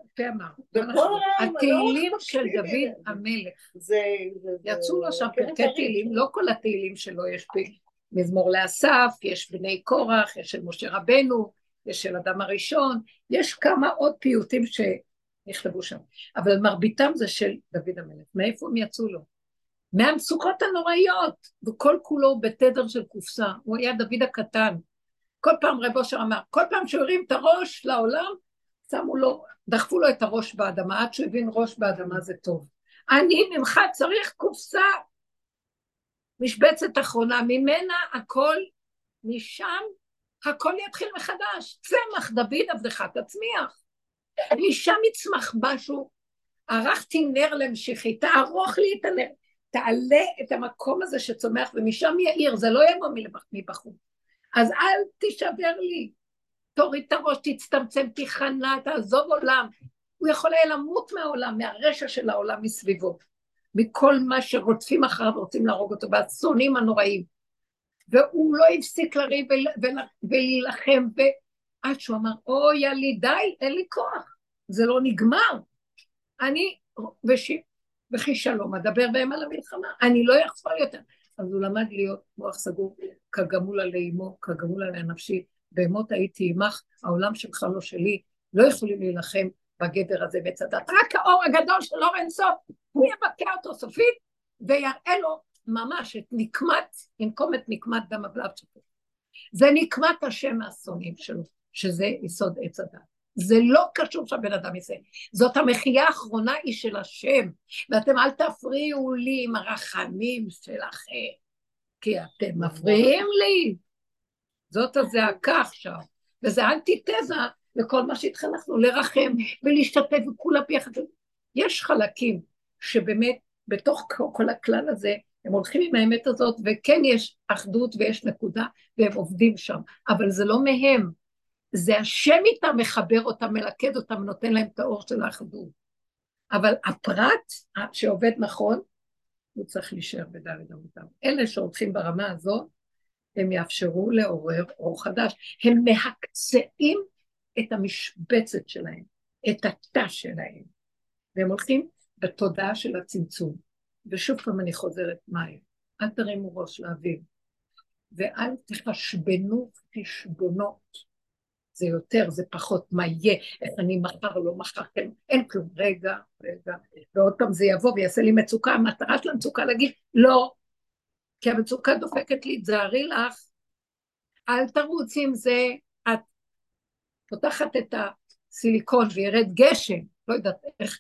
התהילים של דוד המלך, יצאו לו שם פרקי תהילים, לא כל התהילים שלו יש מזמור לאסף, יש בני קורח, יש של משה רבנו, יש של אדם הראשון, יש כמה עוד פיוטים שנכתבו שם, אבל מרביתם זה של דוד המלך. מאיפה הם יצאו לו? מהמצוקות הנוראיות, וכל כולו בתדר של קופסה, הוא היה דוד הקטן, כל פעם רב אושר אמר, כל פעם שהוא הרים את הראש לעולם, שמו לו, דחפו לו את הראש באדמה, עד שהוא הבין ראש באדמה זה טוב. אני ממך צריך קופסה, משבצת אחרונה, ממנה הכל, משם הכל יתחיל מחדש, צמח דוד עבדך תצמיח, משם יצמח משהו, ערכתי נר למשיחי, תערוך לי את הנר, תעלה את המקום הזה שצומח, ומשם יאיר, זה לא יבוא מבחוץ. אז אל תשבר לי, תוריד את הראש, תצטמצם, תיכנע, תעזוב עולם. הוא יכול היה למות מהעולם, מהרשע של העולם מסביבו, מכל מה שרודפים אחריו ורוצים להרוג אותו, והצונים הנוראים. והוא לא הפסיק לריב ולהילחם, ועד שהוא אמר, אוי, לי די, אין לי כוח, זה לא נגמר. אני, ושיב, וכי שלום, אדבר בהם על המלחמה, אני לא יכול יותר. אז הוא למד להיות מוח סגור, כגמולה לאמו, כגמולה לנפשי, בהמות הייתי עמך, העולם שלך לא שלי, לא יכולים להילחם בגדר הזה בצדת. רק האור הגדול של אור אינסוף, הוא יבקע אותו סופית, ויראה לו ממש את נקמת, ינקום את נקמת דם הבלב שלו. זה נקמת השם מהשונאים שלו, שזה יסוד עץ הדת. זה לא קשור שהבן אדם יעשה, זאת המחייה האחרונה היא של השם, ואתם אל תפריעו לי עם הרחמים שלכם, כי אתם מפריעים לי, זאת הזעקה עכשיו, וזה אנטיתזה לכל מה שהתחנכנו, לרחם ולהשתתף וכולה ביחד. יש חלקים שבאמת בתוך כל הכלל הזה, הם הולכים עם האמת הזאת, וכן יש אחדות ויש נקודה, והם עובדים שם, אבל זה לא מהם, זה השם איתם מחבר אותם, מלכד אותם, נותן להם את האור של האחדות. אבל הפרט שעובד נכון, הוא צריך להישאר בדלת אמותם. אלה שהולכים ברמה הזאת, הם יאפשרו לעורר אור חדש. הם מהקצעים את המשבצת שלהם, את התא שלהם. והם הולכים בתודעה של הצמצום. ושוב פעם אני חוזרת מים. אל תרימו ראש לאוויר. ואל תחשבנו חשבונות. זה יותר, זה פחות, מה יהיה, איך אני מחר או לא מחר, כן, אין כלום, רגע, רגע, ועוד פעם זה יבוא ויעשה לי מצוקה, המטרה של המצוקה להגיד, לא, כי המצוקה דופקת לי, תזהרי לך, אל תרוץ עם זה, את פותחת את הסיליקון וירד גשם, לא יודעת איך,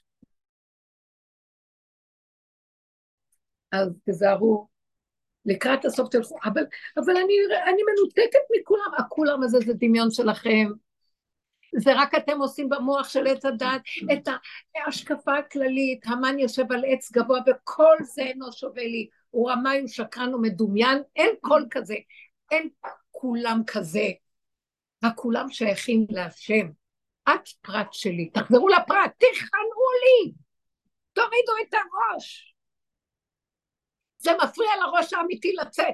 אז תזהרו, לקראת הסוף תלכו, אבל, אבל אני, אני מנותקת מכולם, הכולם הזה זה דמיון שלכם, זה רק אתם עושים במוח של עץ הדת, את ההשקפה הכללית, המן יושב על עץ גבוה, וכל זה אינו שווה לי, הוא רמאי, הוא שקרן, הוא מדומיין, אין כל כזה, אין כולם כזה, הכולם שייכים להשם, את פרט שלי, תחזרו לפרט, תכנעו לי, תורידו את הראש, זה מפריע לראש האמיתי לצאת,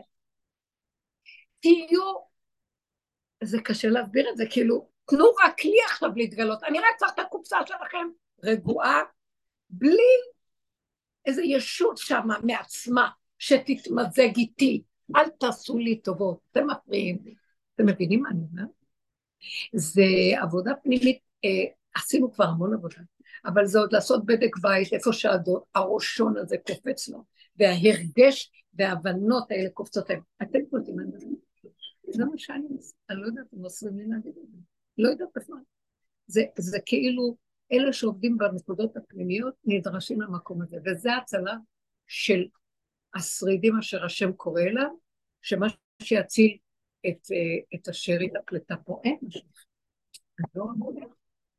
תהיו, זה קשה להסביר את זה, כאילו, תנו רק לי עכשיו להתגלות, אני רק צריך את הקופסה שלכם, רגועה, בלי איזה ישות שם מעצמה, שתתמזג איתי, אל תעשו לי טובות, אתם מפריעים לי, אתם מבינים מה אני אומר? זה עבודה פנימית, אה, עשינו כבר המון עבודה, אבל זה עוד לעשות בדק בית, איפה שהראשון הזה קופץ לו, וההרגש וההבנות האלה קופצות להם, אתם קולטים את זה? זה מה שאני עושה, אני לא יודעת, הם עושים לי להגיד את זה, לא יודעת בכלל. זה, זה כאילו, אלה שעובדים בנקודות הפנימיות נדרשים למקום הזה, וזה הצלה של השרידים אשר השם קורא אליו, שמה שיציל את, את השארית הפלטה פה, אין משהו. לא הולך.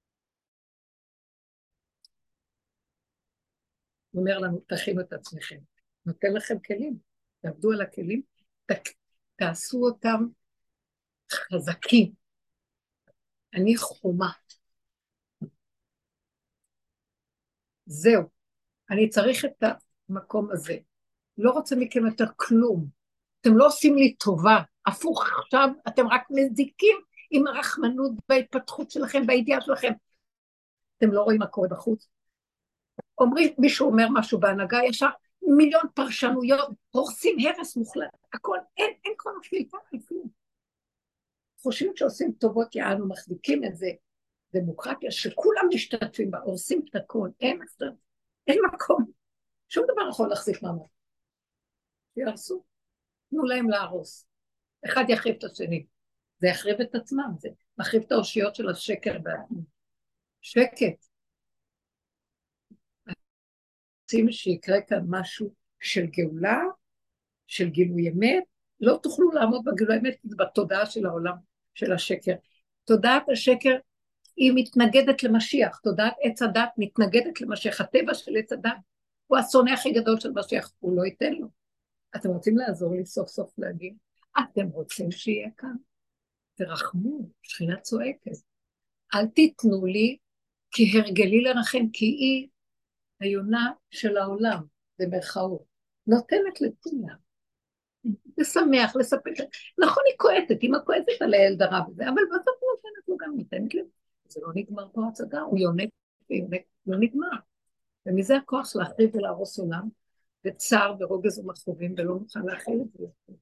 הוא אומר לנו, תכינו את עצמכם, נותן לכם כלים, תעבדו על הכלים, ת, תעשו אותם חזקים. אני חומה. זהו. אני צריך את המקום הזה. לא רוצה מכם יותר כלום. אתם לא עושים לי טובה. הפוך עכשיו, אתם רק מזיקים עם הרחמנות בהתפתחות שלכם, בידיעה שלכם. אתם לא רואים מה קורה בחוץ. אומרים, מישהו אומר משהו בהנהגה, ישר מיליון פרשנויות, הורסים הרס מוחלט. הכל, אין, אין כל השליטה על כלום. חושבים שעושים טובות יענו, מחזיקים איזה דמוקרטיה שכולם משתתפים בה, עושים את הכל, אין, אין מקום, שום דבר יכול להחזיק מעמד. ירסו, תנו להם להרוס. אחד יחריב את השני, זה יחריב את עצמם, זה מחריב את האושיות של השקר בעצמם. שקט. רוצים שיקרה כאן משהו של גאולה, של גילוי אמת, לא תוכלו לעמוד בגילוי אמת בתודעה של העולם, של השקר. תודעת השקר היא מתנגדת למשיח, תודעת עץ הדת מתנגדת למשיח, הטבע של עץ הדת הוא השונא הכי גדול של משיח, הוא לא ייתן לו. אתם רוצים לעזור לי סוף סוף להגיד? אתם רוצים שיהיה כאן? תרחמו, שכינה צועקת. אל תיתנו לי, כי הרגלי לרחם, כי היא היונה של העולם, במרכאות, נותנת לכולם. לשמח, לספק. נכון, היא כועסת, אמא כועסת על הילד הרע בזה, אבל בסוף הוא נותנת לו גם נותנת לי. זה לא נגמר פה הצגה, הוא יונק ויונק, לא נגמר. ומזה הכוח להחריב ולהרוס עולם, וצער ורוגז ומכאובים, ולא נוכל להכיל את זה.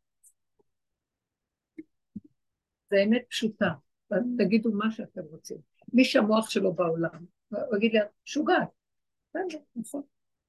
זה אמת פשוטה, תגידו מה שאתם רוצים. מי שהמוח שלו בעולם, הוא יגיד לי, שוגעת. נכון.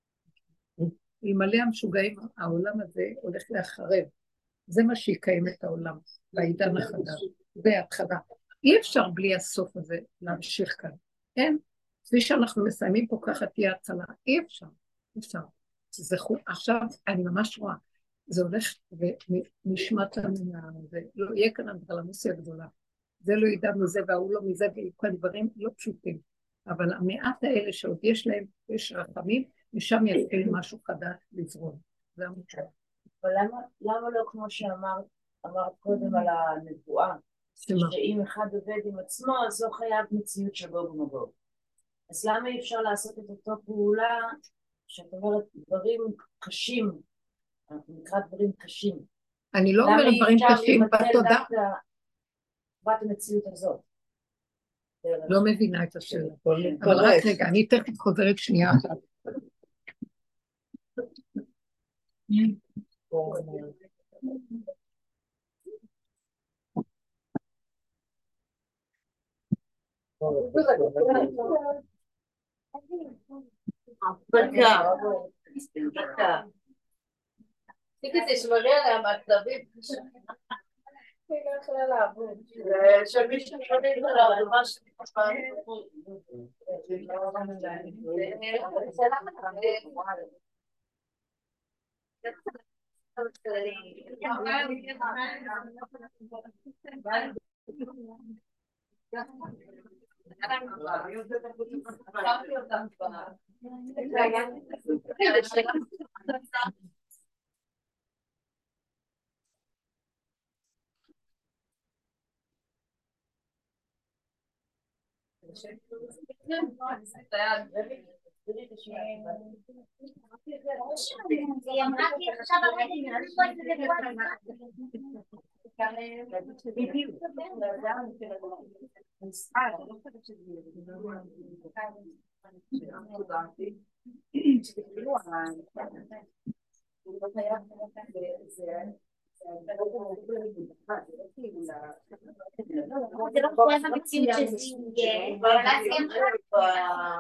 אלמלא המשוגעים, העולם הזה הולך להחרב. זה מה שיקיים את העולם, בעידן החדש. זה התחלה. אי אפשר בלי הסוף הזה להמשיך כאן. אין. כפי שאנחנו מסיימים פה ככה תהיה הצלה. אי אפשר. אי אפשר. זכו, עכשיו אני ממש רואה. זה הולך ונשמט לנו מה... זה לא יהיה כאן אנדרלמוסיה גדולה. זה לא ידע מזה והוא לא מזה, וכל דברים לא פשוטים. אבל המעט האלה שעוד יש להם, יש רחמים, משם יתחיל משהו חדש לזרום. זה המוצא. אבל למה, למה לא כמו שאמרת, אמרת קודם על הנבואה, שאם אחד עובד עם עצמו, אז לא חייב מציאות שבו במבוא. אז למה אי אפשר לעשות את אותו פעולה, שאת אומרת דברים קשים, אנחנו נקרא דברים קשים. אני לא אומרת דברים קשים, בתודה. למה את המציאות הזאת? לא מבינה את השאלה. אבל רק רגע, אני תכף חוזרת שנייה אחת. בקה. תגידי, תשמרי עליה מהכתבים. היא לא יכולה לעבוד. של מי שחולים עליו, דבר שתקפה. היא אמרה כי עכשיו הרגע נראה לי פה את זה זה לא קורה במציאות שזה יהיה, אבל אז היא אמרה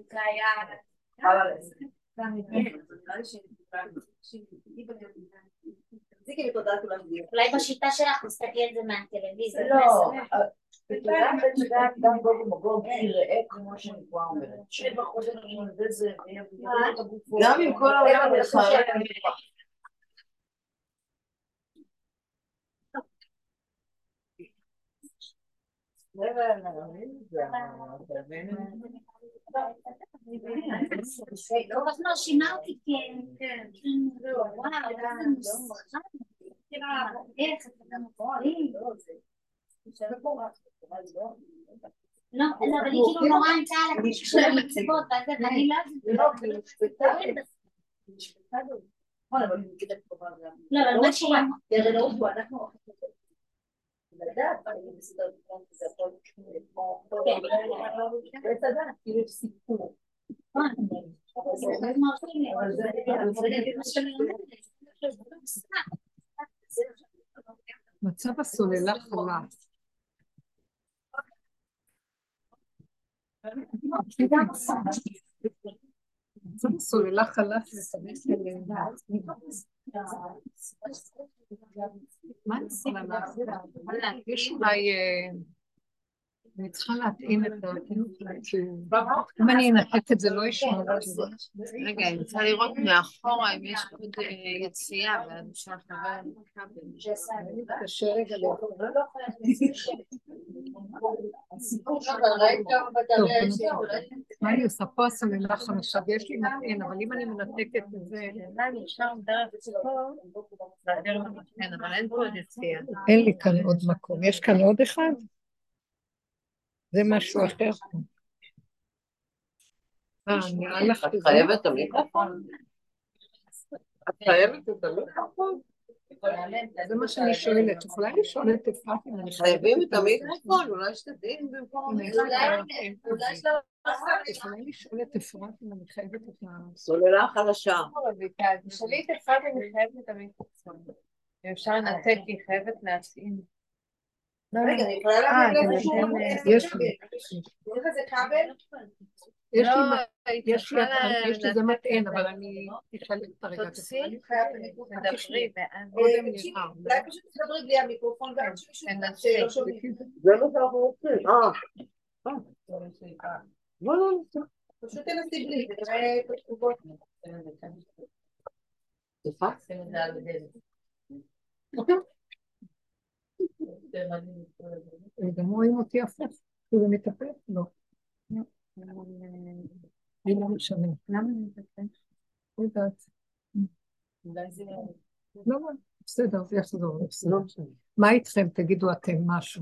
אולי בשיטה שלך תסתכלי על זה מהטלוויזיה. לא, גם גוג ומגוג יראה כמו שאני כבר אומרת, שבחוץ זה גם עם כל העולם המחר לא רק לא שינה אותי כן וואו איזה נוסחה איך אתה גם מפריעים לא, אבל היא כאילו נורא הייתה על הכביש של המצגות ואני לא לא, אבל מה שהיא לדעת, אני מסתובבת את זה הכל כמו ותדעת, כאילו יש סיפור. מצב הסוללה חלש. מצב הסוללה חלש ותמיס אליהם. מה אני יכולה לעשות? יש אולי... אני צריכה להתאים את ה... אם אני אנתק את זה לא ישמע אותי. רגע, אני רוצה לראות מאחורה אם יש עוד יציאה ואני רוצה לחבר כבל. קשה רגע לראות. מה אני עושה פה הסוללה חלשה ויש לי מטען, אבל אם אני מנתקת את זה... אני אפשר דרך פה, כן, אבל אין פה עוד יציאה. אין לי כאן עוד מקום. יש כאן עוד אחד? זה משהו אחר. אה, נראה לך... את חייבת את המיקרופון? את חייבת את המיקרופון? זה מה שאני שואלת. יכולה לשאול את אפרת אם אני חייבים את המיקרופון? אולי שתדעים במקום... יכולה לשאול את אפרת אם אני חייבת את ה... סוללה חלשה. תשאלי את אפרת אם היא חייבת את המיקרופון. אם אפשר לנתק, היא חייבת להתאים. רגע, אני יכולה להגיד לזה שהוא... יש לי. יש לזה כבל? יש לזה מטען, אבל אני אשאל את הרגע. תוציא, תדברי, אולי פשוט תדברי בלי המיקרופון, גם שמישהו שלא שומעים. זה מה שאנחנו רוצים. אה. לא, לא, לא. פשוט תנסי בלי, ונראה את התגובות. סליחה? גם רואים אותי הפוך, כי זה מתהפך? לא. אני לא משנה. למה אני מתהפך? לא יודעת. לא, בסדר, זה יחזור. מה איתכם? תגידו אתם משהו.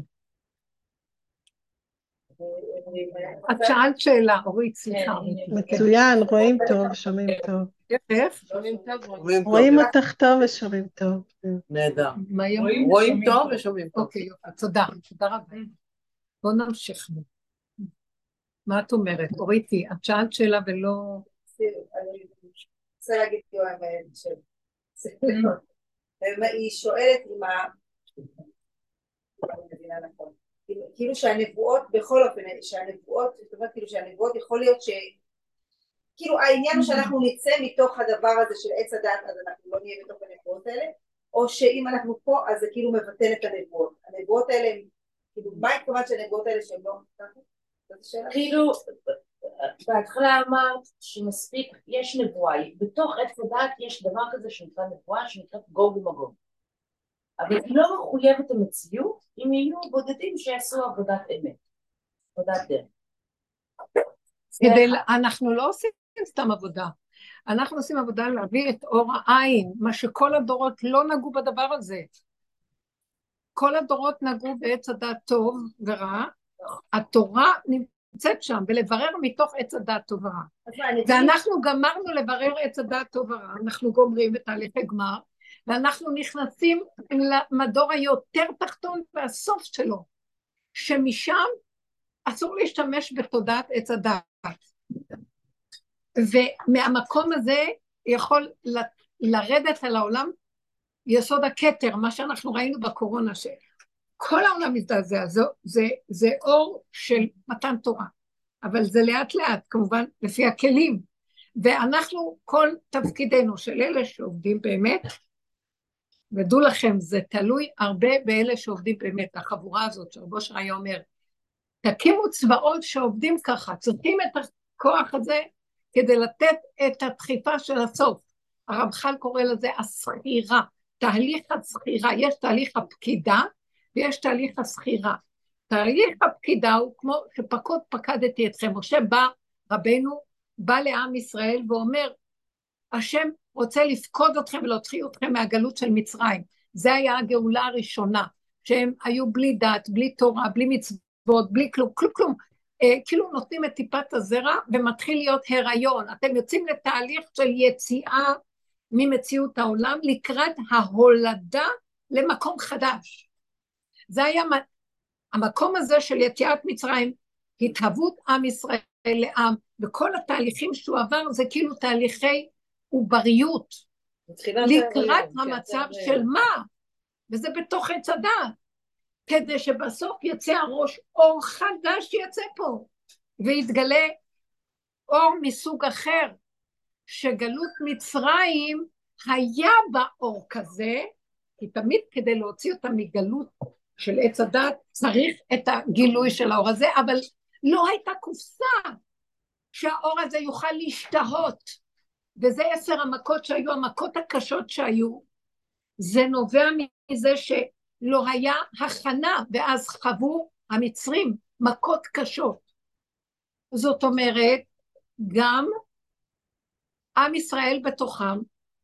את שאלת שאלה, אורית, סליחה. מצוין, רואים טוב, שומעים טוב. איך? רואים אותך טוב ושומעים טוב. נהדר. רואים טוב ושומעים טוב. אוקיי, תודה, תודה רבה. בואו נמשיך. מה את אומרת? אוריתי, את שאלת שאלה ולא... אני רוצה להגיד כאילו האמת של... היא שואלת אם ה... כאילו שהנבואות, בכל אופן, שהנבואות, זאת אומרת כאילו שהנבואות יכול להיות ש... כאילו העניין הוא שאנחנו נצא מתוך הדבר הזה של עץ הדת, אז אנחנו לא נהיה בתוך הנבואות האלה, או שאם אנחנו פה, אז זה כאילו מבטל את הנבואות. הנבואות האלה הם, כאילו, מה התכוונת שהנבואות האלה שהן לא... כאילו, בהתחלה אמרת שמספיק, יש נבואה, בתוך עץ הדעת יש דבר כזה שנקרא נבואה, שנקרא גוג ומגוג. אבל היא לא מחויבת המציאות, אם יהיו בודדים שיעשו עבודת אמת, עבודת דרך. אנחנו לא עושים סתם עבודה, אנחנו עושים עבודה להביא את אור העין, מה שכל הדורות לא נגעו בדבר הזה. כל הדורות נגעו בעץ הדעת טוב ורע, התורה נמצאת שם, ולברר מתוך עץ הדעת טוב ורע. ואנחנו גמרנו לברר עץ הדעת טוב ורע, אנחנו גומרים בתהליכי גמר, ואנחנו נכנסים למדור היותר תחתון והסוף שלו, שמשם אסור להשתמש בתודעת עץ הדעת. ומהמקום הזה יכול לרדת על העולם יסוד הכתר, מה שאנחנו ראינו בקורונה, שכל העולם מזדעזע, זה, זה, זה אור של מתן תורה, אבל זה לאט לאט, כמובן, לפי הכלים, ואנחנו, כל תפקידנו של אלה שעובדים באמת, ודעו לכם, זה תלוי הרבה באלה שעובדים באמת, החבורה הזאת, שרבו שרעי אומר, תקימו צבאות שעובדים ככה, צריכים את הכוח הזה, כדי לתת את הדחיפה של הסוף. הרמח"ל קורא לזה הסחירה, תהליך הסחירה, יש תהליך הפקידה, ויש תהליך הסחירה. תהליך הפקידה הוא כמו שפקוד פקדתי אתכם, משה בא, רבנו, בא לעם ישראל ואומר, השם רוצה לפקוד אתכם ולהוציא אתכם מהגלות של מצרים. זה היה הגאולה הראשונה, שהם היו בלי דת, בלי תורה, בלי מצוות, בלי כלום, כלום, כלום. אה, כאילו נותנים את טיפת הזרע ומתחיל להיות הריון. אתם יוצאים לתהליך של יציאה ממציאות העולם לקראת ההולדה למקום חדש. זה היה המקום הזה של יציאת מצרים, התהוות עם ישראל לעם, וכל התהליכים שהוא עבר זה כאילו תהליכי עובריות, לקראת המצב של מה? וזה בתוך עץ הדעת, כדי שבסוף יצא הראש אור חדש יצא פה, ויתגלה אור מסוג אחר, שגלות מצרים היה באור כזה, כי תמיד כדי להוציא אותה מגלות של עץ הדעת, צריך את הגילוי של האור הזה, אבל לא הייתה קופסה שהאור הזה יוכל להשתהות, וזה עשר המכות שהיו, המכות הקשות שהיו, זה נובע מזה שלא היה הכנה, ואז חוו המצרים מכות קשות. זאת אומרת, גם עם ישראל בתוכם,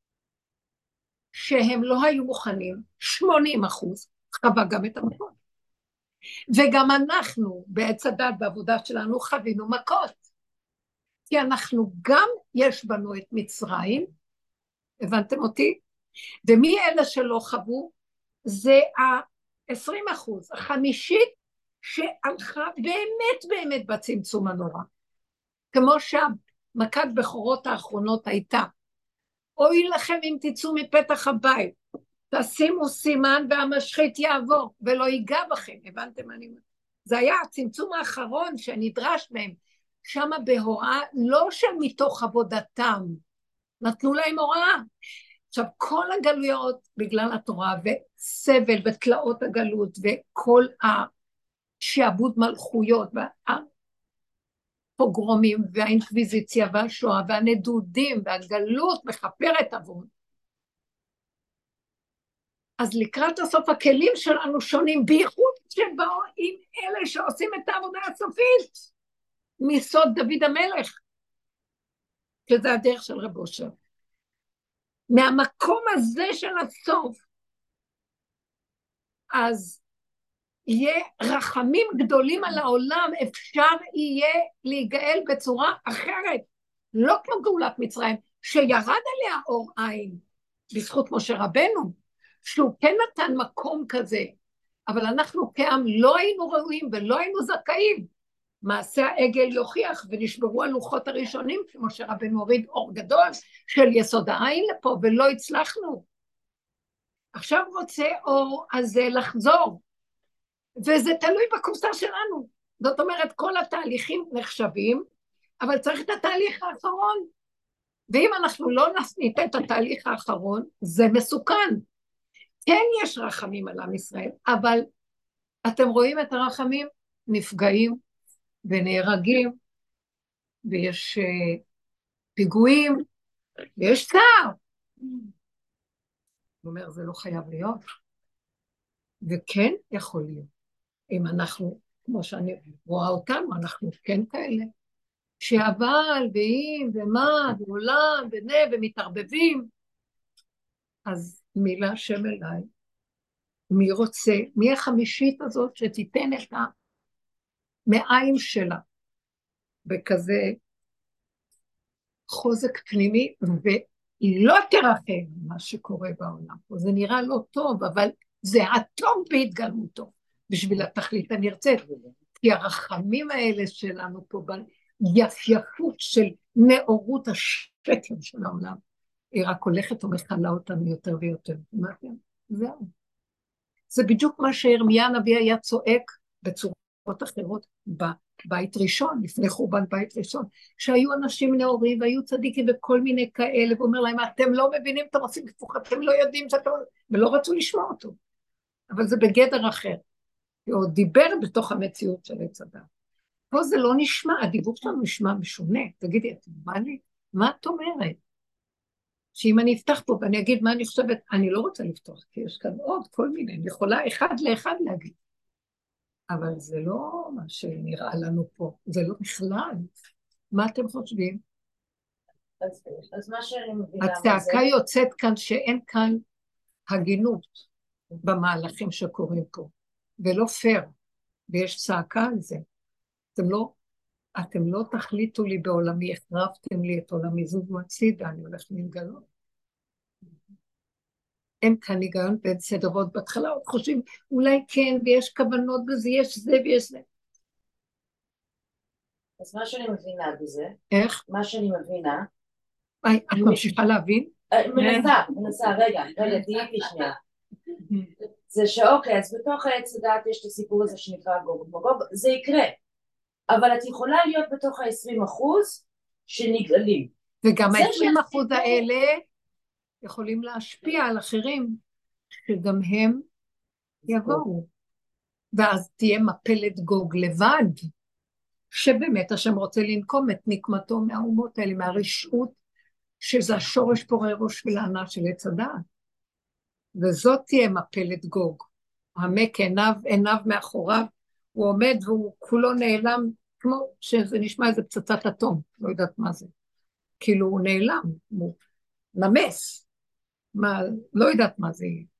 שהם לא היו מוכנים, שמונים אחוז, חווה גם את המכות. וגם אנחנו, בעץ הדת, בעבודה שלנו, חווינו מכות. כי אנחנו גם יש בנו את מצרים, הבנתם אותי? ומי אלה שלא חוו? זה ה-עשרים אחוז, החמישית שהלכה באמת באמת בצמצום הנורא. כמו שהמכת בכורות האחרונות הייתה, אוי לכם אם תצאו מפתח הבית, תשימו סימן והמשחית יעבור, ולא ייגע בכם, הבנתם מה אני אומרת? זה היה הצמצום האחרון שנדרש מהם, שמה בהוראה, לא שמתוך עבודתם, נתנו להם הוראה. עכשיו, כל הגלויות בגלל התורה, וסבל ותלאות הגלות, וכל השעבוד מלכויות, והפוגרומים, והאינקוויזיציה, והשואה, והנדודים, והגלות מחפרת עבוד. אז לקראת הסוף הכלים שלנו שונים, בייחוד שבאו עם אלה שעושים את העבודה הסופית, מסוד דוד המלך, שזה הדרך של רב אושר. מהמקום הזה של הסוף, אז יהיה רחמים גדולים על העולם, אפשר יהיה להיגאל בצורה אחרת, לא כמו גאולת מצרים, שירד עליה אור עין, בזכות משה רבנו, שהוא כן נתן מקום כזה, אבל אנחנו כעם לא היינו ראויים ולא היינו זכאים, מעשה העגל יוכיח, ונשברו הלוחות הראשונים, כמו שרבנו הוריד אור גדול של יסוד העין לפה, ולא הצלחנו. עכשיו רוצה אור הזה לחזור, וזה תלוי בקופסה שלנו. זאת אומרת, כל התהליכים נחשבים, אבל צריך את התהליך האחרון. ואם אנחנו לא ניתן את התהליך האחרון, זה מסוכן. כן יש רחמים על עם ישראל, אבל אתם רואים את הרחמים נפגעים ונהרגים, ויש uh, פיגועים, ויש צער. הוא אומר, זה לא חייב להיות. וכן יכול להיות. אם אנחנו, כמו שאני רואה אותנו, אנחנו כן כאלה. שהבעל ואם ומה ועולם ונה ומתערבבים, אז מילה שם אליי. מי רוצה, מי החמישית הזאת שתיתן את המעיים שלה, בכזה חוזק פנימי, והיא לא תרחם מה שקורה בעולם. זה נראה לא טוב, אבל זה הטוב בהתגלמותו, בשביל התכלית הנרצית. כי הרחמים האלה שלנו פה, ביפייפות של נאורות השקר של העולם, היא רק הולכת ומכלה אותנו יותר ויותר. זהו. זה בדיוק מה שירמיה הנביא היה צועק בצורות אחרות בבית ראשון, לפני חורבן בית ראשון, שהיו אנשים נאורים והיו צדיקים וכל מיני כאלה, ואומר להם, אתם לא מבינים, אתם עושים כפוך, אתם לא יודעים שאתם... ולא רצו לשמוע אותו. אבל זה בגדר אחר. הוא דיבר בתוך המציאות של עץ הדת. פה זה לא נשמע, הדיבור שלנו נשמע משונה. תגידי, את מה לי? מה את אומרת? שאם אני אפתח פה ואני אגיד מה אני חושבת, אני לא רוצה לפתוח, כי יש כאן עוד כל מיני, אני יכולה אחד לאחד להגיד. אבל זה לא מה שנראה לנו פה, זה לא בכלל. מה אתם חושבים? אז, אז מה שאני מבינה... הצעקה זה... יוצאת כאן שאין כאן הגינות במהלכים שקורים פה, ולא פייר, ויש צעקה על זה. אתם לא, אתם לא תחליטו לי בעולמי, החרבתם לי את עולמי, זוזו הצידה, אני הולך להתגלות. אין כאן היגיון בין סדרות, בהתחלה עוד חושבים, אולי כן, ויש כוונות בזה, יש זה ויש זה. אז מה שאני מבינה בזה, איך? מה שאני מבינה, היי, את ממשיכה להבין? מנסה, מנסה, רגע, רגע, תהייתי שנייה. זה שאוקיי, אז בתוך העץ הדת יש את הסיפור הזה שנקרא גוג ומגוג, זה יקרה. אבל את יכולה להיות בתוך ה-עשרים אחוז שנגאלים. וגם ה-עשרים אחוז האלה יכולים להשפיע על אחרים, שגם הם יבואו. ואז תהיה מפלת גוג לבד, שבאמת השם רוצה לנקום את נקמתו מהאומות האלה, מהרשעות, שזה השורש פורי ראש ולענה של עץ הדעת. וזאת תהיה מפלת גוג. העמק עיניו, עיניו מאחוריו, הוא עומד והוא כולו נעלם, כמו שזה נשמע איזה פצצת אטום, לא יודעת מה זה. כאילו הוא נעלם, הוא נמס, מה, לא יודעת מה זה יהיה.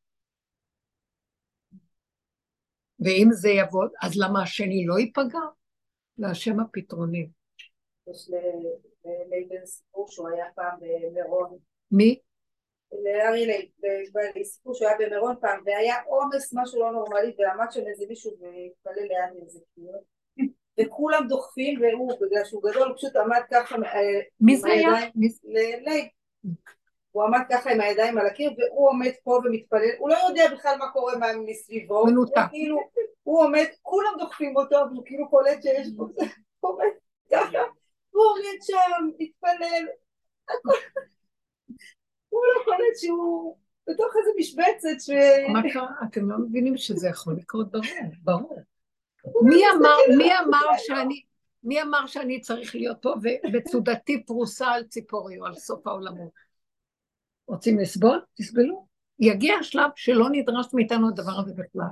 ואם זה יעבוד, אז למה השני לא ייפגע? להשם הפתרונים. יש ללייבן סיפור שהוא היה פעם במירון. מי? לארי לייבן סיפור שהוא היה במירון פעם, והיה עומס משהו לא נורמלי, ועמד שם איזה מישהו והתפלל ליד איזה קיר. וכולם דוחפים, והוא, בגלל שהוא גדול, הוא פשוט עמד ככה... מי זה היה? ללייב. הוא עמד ככה עם הידיים על הקיר, והוא עומד פה ומתפלל, הוא לא יודע בכלל מה קורה מסביבו. מנותק. הוא עומד, כולם דוחפים אותו, והוא כאילו קולט שיש פה, הוא עומד ככה, הוא עומד שם, מתפלל, הוא לא קולט שהוא בתוך איזה משבצת ש... מה קרה? אתם לא מבינים שזה יכול לקרות ברור, ברור. מי אמר, מי אמר שאני, מי אמר שאני צריך להיות פה ובצודתי פרוסה על ציפורי או על סוף העולמות? רוצים לסבול? תסבלו. יגיע השלב שלא נדרש מאיתנו הדבר הזה בכלל.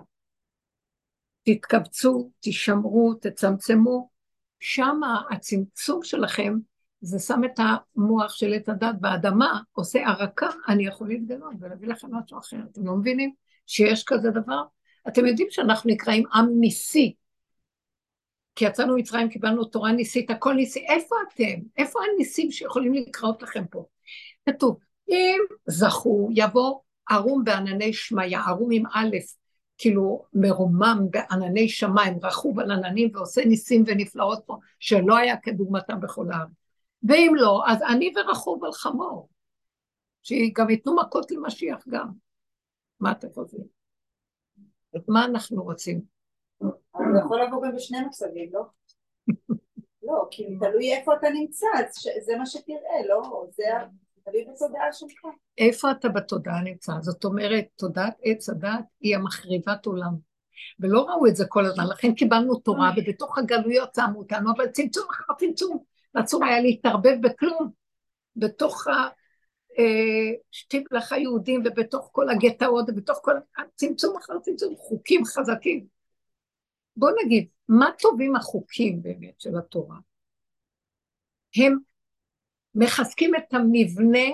תתקבצו, תשמרו, תצמצמו. שם הצמצום שלכם, זה שם את המוח של את הדת באדמה, עושה ערקה, אני יכול להתגלות ולהביא לכם משהו אחר. אתם לא מבינים שיש כזה דבר? אתם יודעים שאנחנו נקראים עם ניסי, כי יצאנו מצרים, קיבלנו תורה ניסית, הכל ניסי. איפה אתם? איפה הניסים שיכולים לקרות לכם פה? כתוב, אם זכו, יבוא ערום בענני שמיה, ערום עם א', כאילו מרומם בענני שמיים, רכוב על עננים ועושה ניסים ונפלאות פה, שלא היה כדוגמתם בכל הארץ. ואם לא, אז אני ורחוב על חמור, שגם ייתנו מכות למשיח גם. מה אתם חושבים? מה אנחנו רוצים? הוא יכול לבוא גם בשני מצבים, לא? לא, כי תלוי איפה אתה נמצא, זה מה שתראה, לא? זה תביא בתודעה שלך. איפה אתה בתודעה נמצא? זאת אומרת, תודעת עץ הדת היא המחריבת עולם. ולא ראו את זה כל הזמן, לכן קיבלנו תורה, ובתוך הגלויות שמו אותנו, אבל צמצום אחר צמצום. אסור היה להתערבב בכלום. בתוך השתיבלח היהודים, ובתוך כל הגטאות, ובתוך כל צמצום אחר צמצום, חוקים חזקים. בוא נגיד, מה טובים החוקים באמת של התורה? הם מחזקים את המבנה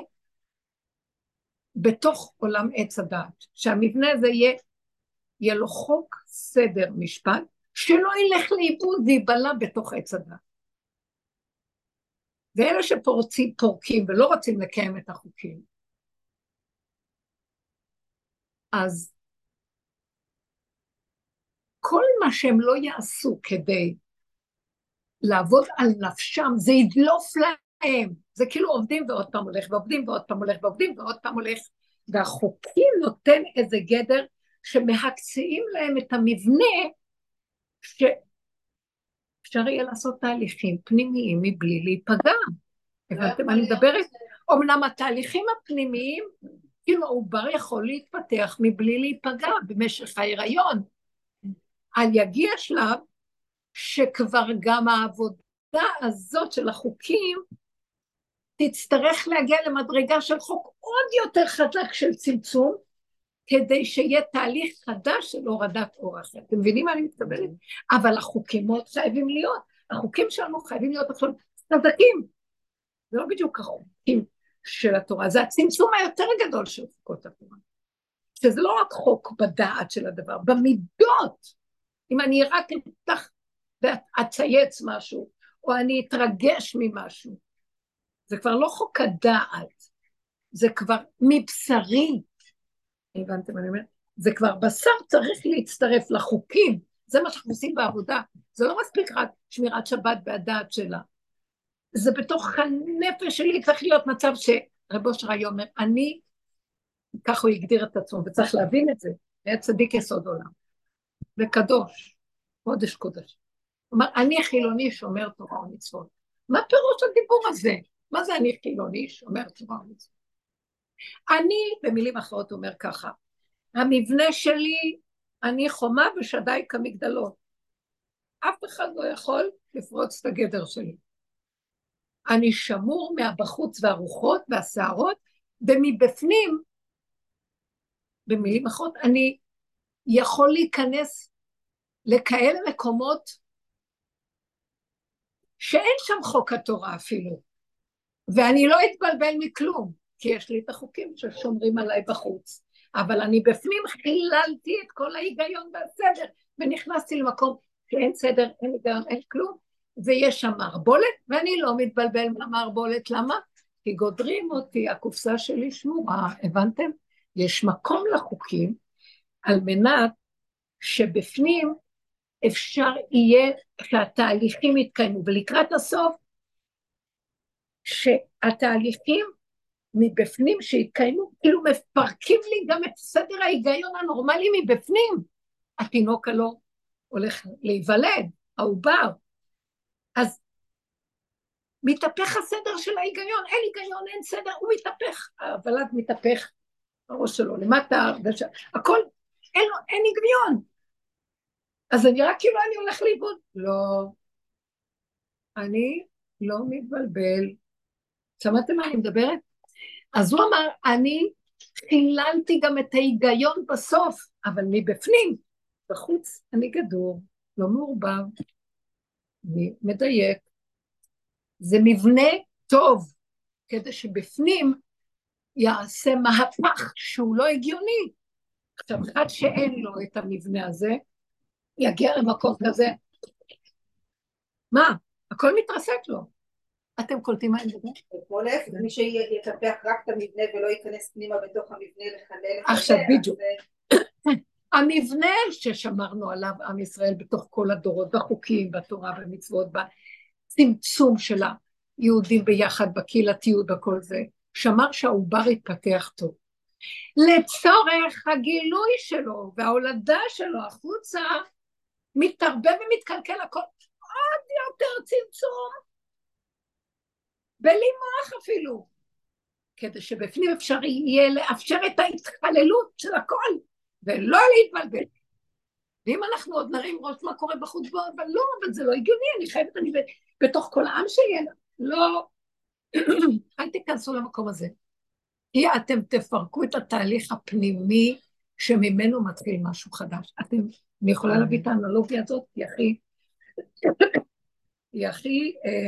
בתוך עולם עץ הדעת, שהמבנה הזה יהיה, יהיה לו חוק סדר משפט, שלא ילך לאיבוד ויבלע בתוך עץ הדעת. ואלה שפורצים, פורקים ולא רוצים לקיים את החוקים, אז כל מה שהם לא יעשו כדי לעבוד על נפשם, זה ידלוף להם. זה כאילו עובדים ועוד פעם הולך, ועובדים ועוד פעם הולך, ועובדים ועוד פעם הולך, והחוקים נותן איזה גדר שמהקציעים להם את המבנה שאפשר יהיה לעשות תהליכים פנימיים מבלי להיפגע. הבנתם? אני מדברת, אמנם התהליכים הפנימיים, כאילו העובר יכול להתפתח מבלי להיפגע במשך ההיריון, אבל יגיע שלב שכבר גם העבודה הזאת של החוקים תצטרך להגיע למדרגה של חוק עוד יותר חזק של צמצום, כדי שיהיה תהליך חדש של הורדת אור אחר. אתם מבינים מה אני מתכוונת? אבל החוקים מאוד חייבים להיות, החוקים שלנו חייבים להיות עכשיו חזקים. זה לא בדיוק החוקים של התורה, זה הצמצום היותר גדול של חוקות התורה. שזה לא רק חוק בדעת של הדבר, במידות. אם אני רק אתח ואצייץ משהו, או אני אתרגש ממשהו, זה כבר לא חוק הדעת, זה כבר מבשרי. הבנתם, אני אומרת? זה כבר בשר צריך להצטרף לחוקים, זה מה שאנחנו עושים בעבודה, זה לא מספיק רק שמירת שבת והדעת שלה, זה בתוך הנפש שלי צריך להיות מצב שרב אושר היה אומר, אני, ככה הוא יגדיר את עצמו, וצריך להבין את זה, היה צדיק יסוד עולם, וקדוש, קודש קודש. הוא אומר, אני חילוני שומר תורה ומצוות. מה פירוש הדיבור הזה? מה זה אני חילוני שומר תורה ומצוות? אני, במילים אחרות אומר ככה, המבנה שלי, אני חומה ושדי כמגדלות. אף אחד לא יכול לפרוץ את הגדר שלי. אני שמור מהבחוץ והרוחות והשערות, ומבפנים, במילים אחרות, אני יכול להיכנס לכאלה מקומות שאין שם חוק התורה אפילו, ואני לא אתבלבל מכלום, כי יש לי את החוקים ששומרים עליי בחוץ, אבל אני בפנים חיללתי את כל ההיגיון והסדר, ונכנסתי למקום שאין סדר, אין היגיון, אין כלום, ויש שם מערבולת, ואני לא מתבלבל מהמערבולת, למה? כי גודרים אותי, הקופסה שלי שמורה, הבנתם? יש מקום לחוקים, על מנת שבפנים אפשר יהיה שהתהליכים יתקיימו, ולקראת הסוף, שהתהליכים מבפנים שהתקיימו, כאילו מפרקים לי גם את סדר ההיגיון הנורמלי מבפנים. התינוק הלא הולך להיוולד, העובר. אז מתהפך הסדר של ההיגיון, אין היגיון, אין סדר, הוא מתהפך, הוולד מתהפך, הראש שלו למטה, וש... הכל, אין לו, אין היגיון. אז אני רק כאילו אני הולך לאיבוד. לא, אני לא מתבלבל. שמעתם מה אני מדברת? אז הוא אמר, אני חיללתי גם את ההיגיון בסוף, אבל מבפנים, בחוץ אני גדור, לא מעורבב, אני מדייק. זה מבנה טוב, כדי שבפנים יעשה מהפך שהוא לא הגיוני. עכשיו, אחד שאין לו את המבנה הזה, יגיע למקום כזה. מה? הכל מתרסק לו. אתם קולטים מה אני מדבר? כמו להפך, מי שיטפח רק את המבנה ולא ייכנס פנימה בתוך המבנה לחלל. עכשיו בדיוק. המבנה ששמרנו עליו עם ישראל בתוך כל הדורות, בחוקים, בתורה, במצוות, בצמצום של היהודים ביחד, בקהילתיות, בכל זה, שמר שהעובר יתפתח טוב. לצורך הגילוי שלו וההולדה שלו החוצה, מתרבה ומתקלקל הכל, עוד יותר צמצום, בלי מוח אפילו. כדי שבפנים אפשר יהיה לאפשר את ההתחללות של הכל, ולא להתבלבל. ואם אנחנו עוד נרים ראש מה קורה בחוץ בו, אבל לא, אבל זה לא הגיוני, אני חייבת, אני בתוך כל העם שלי, לא, אל תיכנסו למקום הזה. כי אתם תפרקו את התהליך הפנימי, שממנו מתחיל משהו חדש. אתם, אני יכולה להביא את האנלוגיה הזאת, היא הכי, היא הכי אה,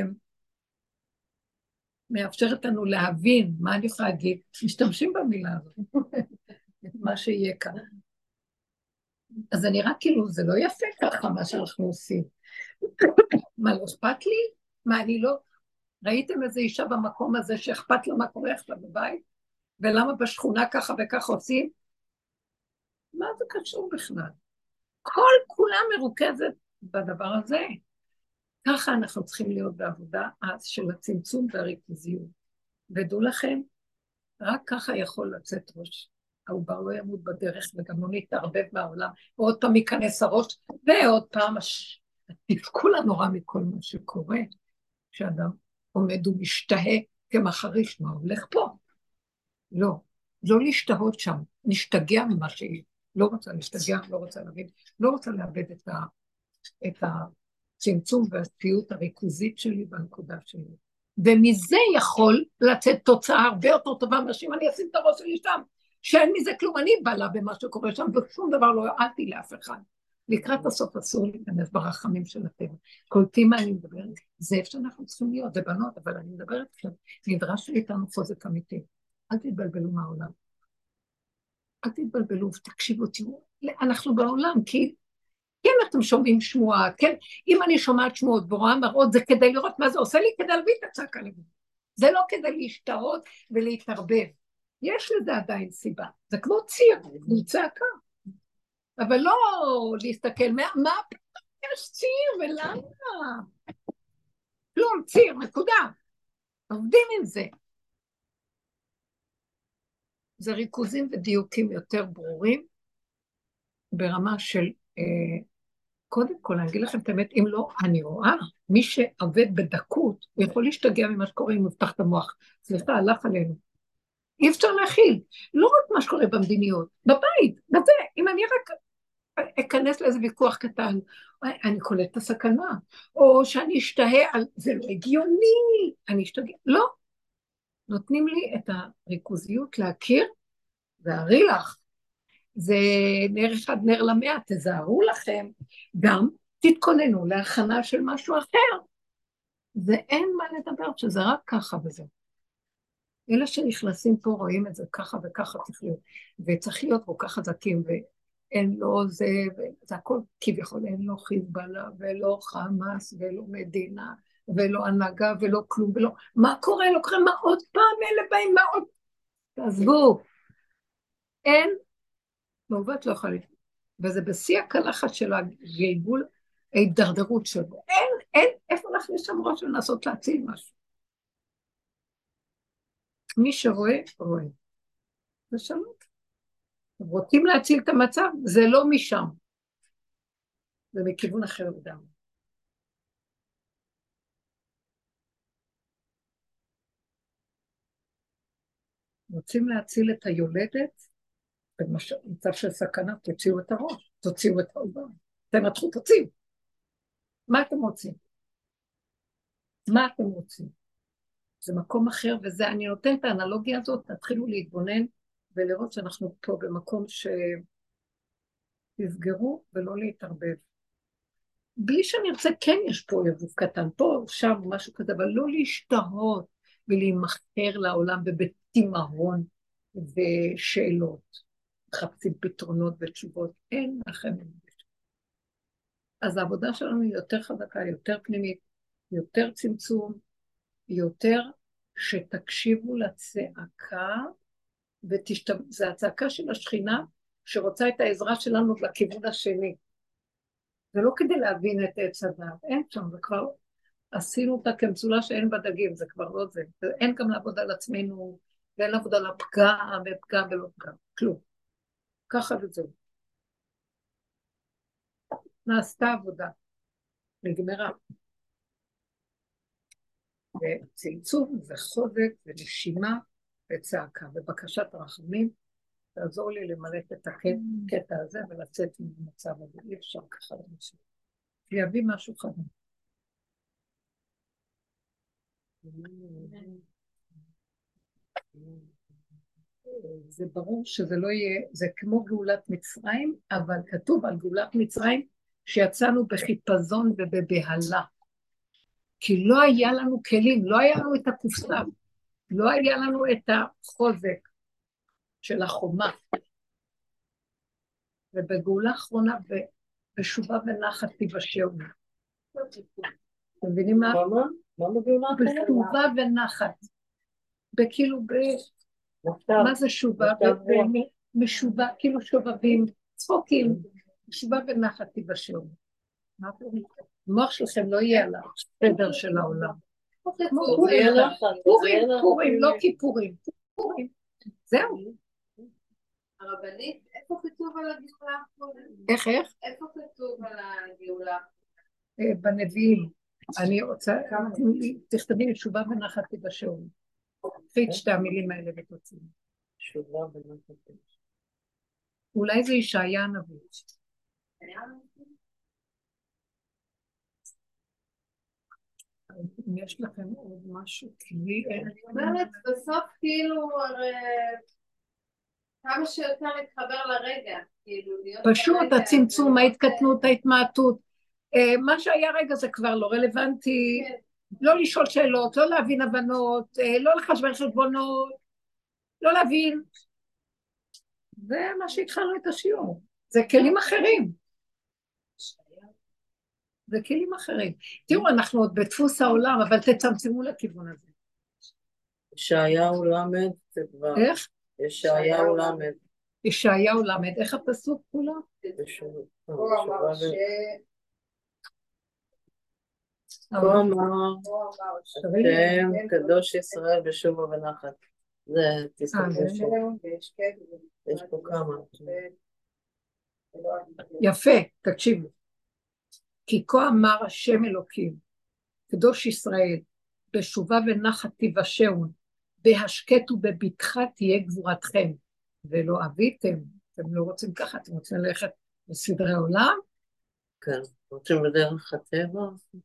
מאפשרת לנו להבין, מה אני יכולה להגיד, משתמשים במילה הזאת, את מה שיהיה כאן. אז זה נראה כאילו, זה לא יפה ככה מה שאנחנו עושים. מה, לא אכפת לי? מה, אני לא... ראיתם איזו אישה במקום הזה שאכפת לה מה קורה אצלה בבית? ולמה בשכונה ככה וככה עושים? מה זה קשור בכלל? כל כולה מרוכזת בדבר הזה. ככה אנחנו צריכים להיות בעבודה אז של הצמצום והריכוזיות. ודעו לכם, רק ככה יכול לצאת ראש. העובר לא ימות בדרך וגם לא נתערבב מהעולם, ועוד פעם ייכנס הראש, ועוד פעם הש... תפקו לנורא מכל מה שקורה, כשאדם עומד ומשתהה כמחריש, מה הולך פה? לא, לא להשתהות שם, נשתגע ממה שהיא, לא רוצה להשתגע, לא רוצה להבין, לא רוצה לאבד את, ה... את הצמצום והצפיות הריכוזית שלי בנקודה שלי. ומזה יכול לצאת תוצאה הרבה יותר טובה, מאשים אני אשים את הראש שלי שם, שאין מזה כלום, אני בלה במה שקורה שם, ושום דבר לא העלתי לאף אחד. לקראת הסוף אסור להיכנס ברחמים של הטבע. קולטים מה אני מדברת? זה איפה שאנחנו צריכים להיות, זה בנות, אבל אני מדברת עכשיו, נדרש איתנו חוזק אמיתי. אל תתבלבלו מהעולם. אל תתבלבלו, תקשיבו, תראו, אנחנו בעולם, כי כן אתם שומעים שמועה, כן, אם אני שומעת שמועות ורואה מראות, זה כדי לראות מה זה עושה לי, כדי להביא את הצעקה לזה. זה לא כדי להשתרות ולהתערבב. יש לזה עדיין סיבה. זה כמו ציר, זה צעקה. אבל לא להסתכל, מה, מה יש ציר ולמה? לא, ציר, נקודה. עובדים עם זה. זה ריכוזים ודיוקים יותר ברורים, ברמה של, אה, קודם כל, אני אגיד לכם את האמת, אם לא, אני רואה, מי שעובד בדקות, הוא יכול להשתגע ממה שקורה אם מפתח את המוח. סליחה, הלך עלינו. אי אפשר להכיל. לא רק מה שקורה במדיניות, בבית, בזה, אם אני רק אכנס לאיזה ויכוח קטן, אני קולט את הסכנה, או שאני אשתהה על, זה לא הגיוני, אני אשתגע, לא. נותנים לי את הריכוזיות להכיר, והרי לך, זה נר אחד נר למאה, תזהרו לכם, גם תתכוננו להכנה של משהו אחר, ואין מה לדבר, שזה רק ככה וזה. אלה שנכנסים פה רואים את זה ככה וככה צריך להיות, וצריך להיות כל כך חזקים, ואין לו זה, זה הכל כביכול, אין לו חיזבאללה, ולא חמאס, ולא מדינה, ולא הנהגה, ולא כלום, ולא, מה קורה? לא קורה, מה עוד פעם אלה באים, מה עוד? תעזבו, אין, מעוות לא יכול להיות, וזה בשיא הקלחת של הגלגול, ההידרדרות שלו, אין, אין, איפה אנחנו שם ראש לנסות להציל משהו? מי שרואה, רואה. זה שלום. רוצים להציל את המצב, זה לא משם. זה מכיוון אחר לגמרי. רוצים להציל את היולדת, במצב של סכנה, תוציאו את הראש, תוציאו את העובר. תנתחו, תוציאו. מה אתם רוצים? מה אתם רוצים? זה מקום אחר, וזה, אני נותן את האנלוגיה הזאת, תתחילו להתבונן, ולראות שאנחנו פה במקום שתסגרו ולא להתערבב. בלי שנרצה, כן יש פה יבוב קטן, פה, שם, משהו כזה, אבל לא להשתהות ולהימחר לעולם ובתימהון ושאלות. מחפשים פתרונות ותשובות, אין לכם. אז העבודה שלנו היא יותר חזקה, יותר פנימית, יותר צמצום, יותר שתקשיבו לצעקה, ותשתמ... זה הצעקה של השכינה שרוצה את העזרה שלנו לכיוון השני. זה לא כדי להבין את עץ הדעת, אין שם, זה כבר עשינו אותה כמצולה שאין בה דגים, זה כבר לא זה. אין גם לעבוד על עצמנו, ואין לעבוד על הפגם, ופגם ולא פגם, כלום. ככה וזהו. נעשתה עבודה, נגמרה. וצמצום וחוזק ונשימה, בצעקה, בבקשת רחמים, תעזור לי למלא את הקטע הזה ולצאת ממצב הזה, אי אפשר ככה למשל. להביא משהו חדש. זה ברור שזה לא יהיה, זה כמו גאולת מצרים, אבל כתוב על גאולת מצרים שיצאנו בחיפזון ובבהלה. כי לא היה לנו כלים, לא היה לנו את הקופסה, לא היה לנו את החוזק של החומה. ובגאולה האחרונה, בשובה ונחת תיוושעו. אתם מבינים מה? מה בגאולה האחרונה? בשובה ונחת. בכאילו ב... מה זה שובה? משובה, כאילו שובבים, צחוקים. שובה ונחת תיוושעו. מה קורה? המוח שלכם לא יהיה על הסדר של העולם. פורים, פורים, לא כיפורים. פורים. זהו. הרבנית, איפה כתוב על הגאולה? איך, איך? איפה כתוב על הגאולה? בנביאים. אני רוצה, תכתבי תשובה ונחת תיוושעו. קחי את שתי המילים האלה ותוציאו. תשובה ונחת תיוושעו. אולי זה ישעיה הנביא. אם יש לכם עוד משהו, כי אני אומרת, בסוף כאילו, כמה שיותר להתחבר לרגע, כאילו, פשוט הצמצום, ההתקטנות, ההתמעטות, מה שהיה רגע זה כבר לא רלוונטי, לא לשאול שאלות, לא להבין הבנות, לא לחשבן חשבונות, לא להבין. זה מה שהתחלנו את השיעור, זה כלים אחרים. זה כלים אחרים. תראו, אנחנו עוד בדפוס העולם, אבל תצמצמו לכיוון הזה. ישעיהו למד, זה כבר... איך? ישעיהו למד. ישעיהו למד, איך הפסוק כולו? הוא אמר ש... הוא אמר, השם קדוש ישראל בשובו ונחת. זה תסתכל שם. יש פה כמה. יפה, תקשיבו. כי כה אמר השם אלוקים, קדוש ישראל, בשובה ונחת תיוושעו, בהשקט ובבטחה תהיה גבורתכם, ולא אביתם, אתם לא רוצים ככה, אתם רוצים ללכת בסדרי עולם? כן, רוצים בדרך הטבע.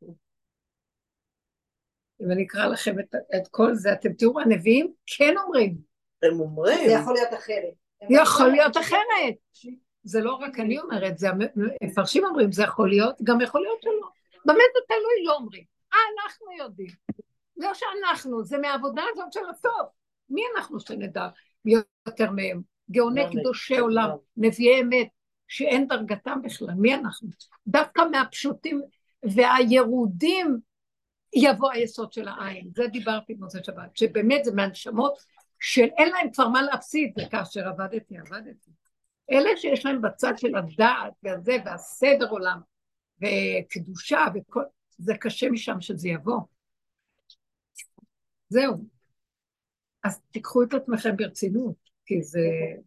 אם אני אקרא לכם את, את כל זה, אתם תראו, הנביאים כן אומרים. הם אומרים. זה יכול להיות אחרת. יכול להיות אחרת. זה לא רק אני אומרת, זה המפרשים אומרים, זה יכול להיות, גם יכול להיות שלא. באמת זה תלוי לא אומרים. אנחנו יודעים. לא שאנחנו, זה מהעבודה הזאת של הסוף. מי אנחנו שנדע יותר מהם? גאוני קדושי עולם, נביאי אמת, שאין דרגתם בכלל. מי אנחנו? דווקא מהפשוטים והירודים יבוא היסוד של העין. זה דיברתי במוצאי שבת, שבאמת זה מהנשמות של אין להם כבר מה להפסיד, זה כאשר עבדתי, עבדתי. אלה שיש להם בצד של הדעת והזה והסדר עולם וקדושה וכל, זה קשה משם שזה יבוא. זהו. אז תיקחו את עצמכם ברצינות, כי זה...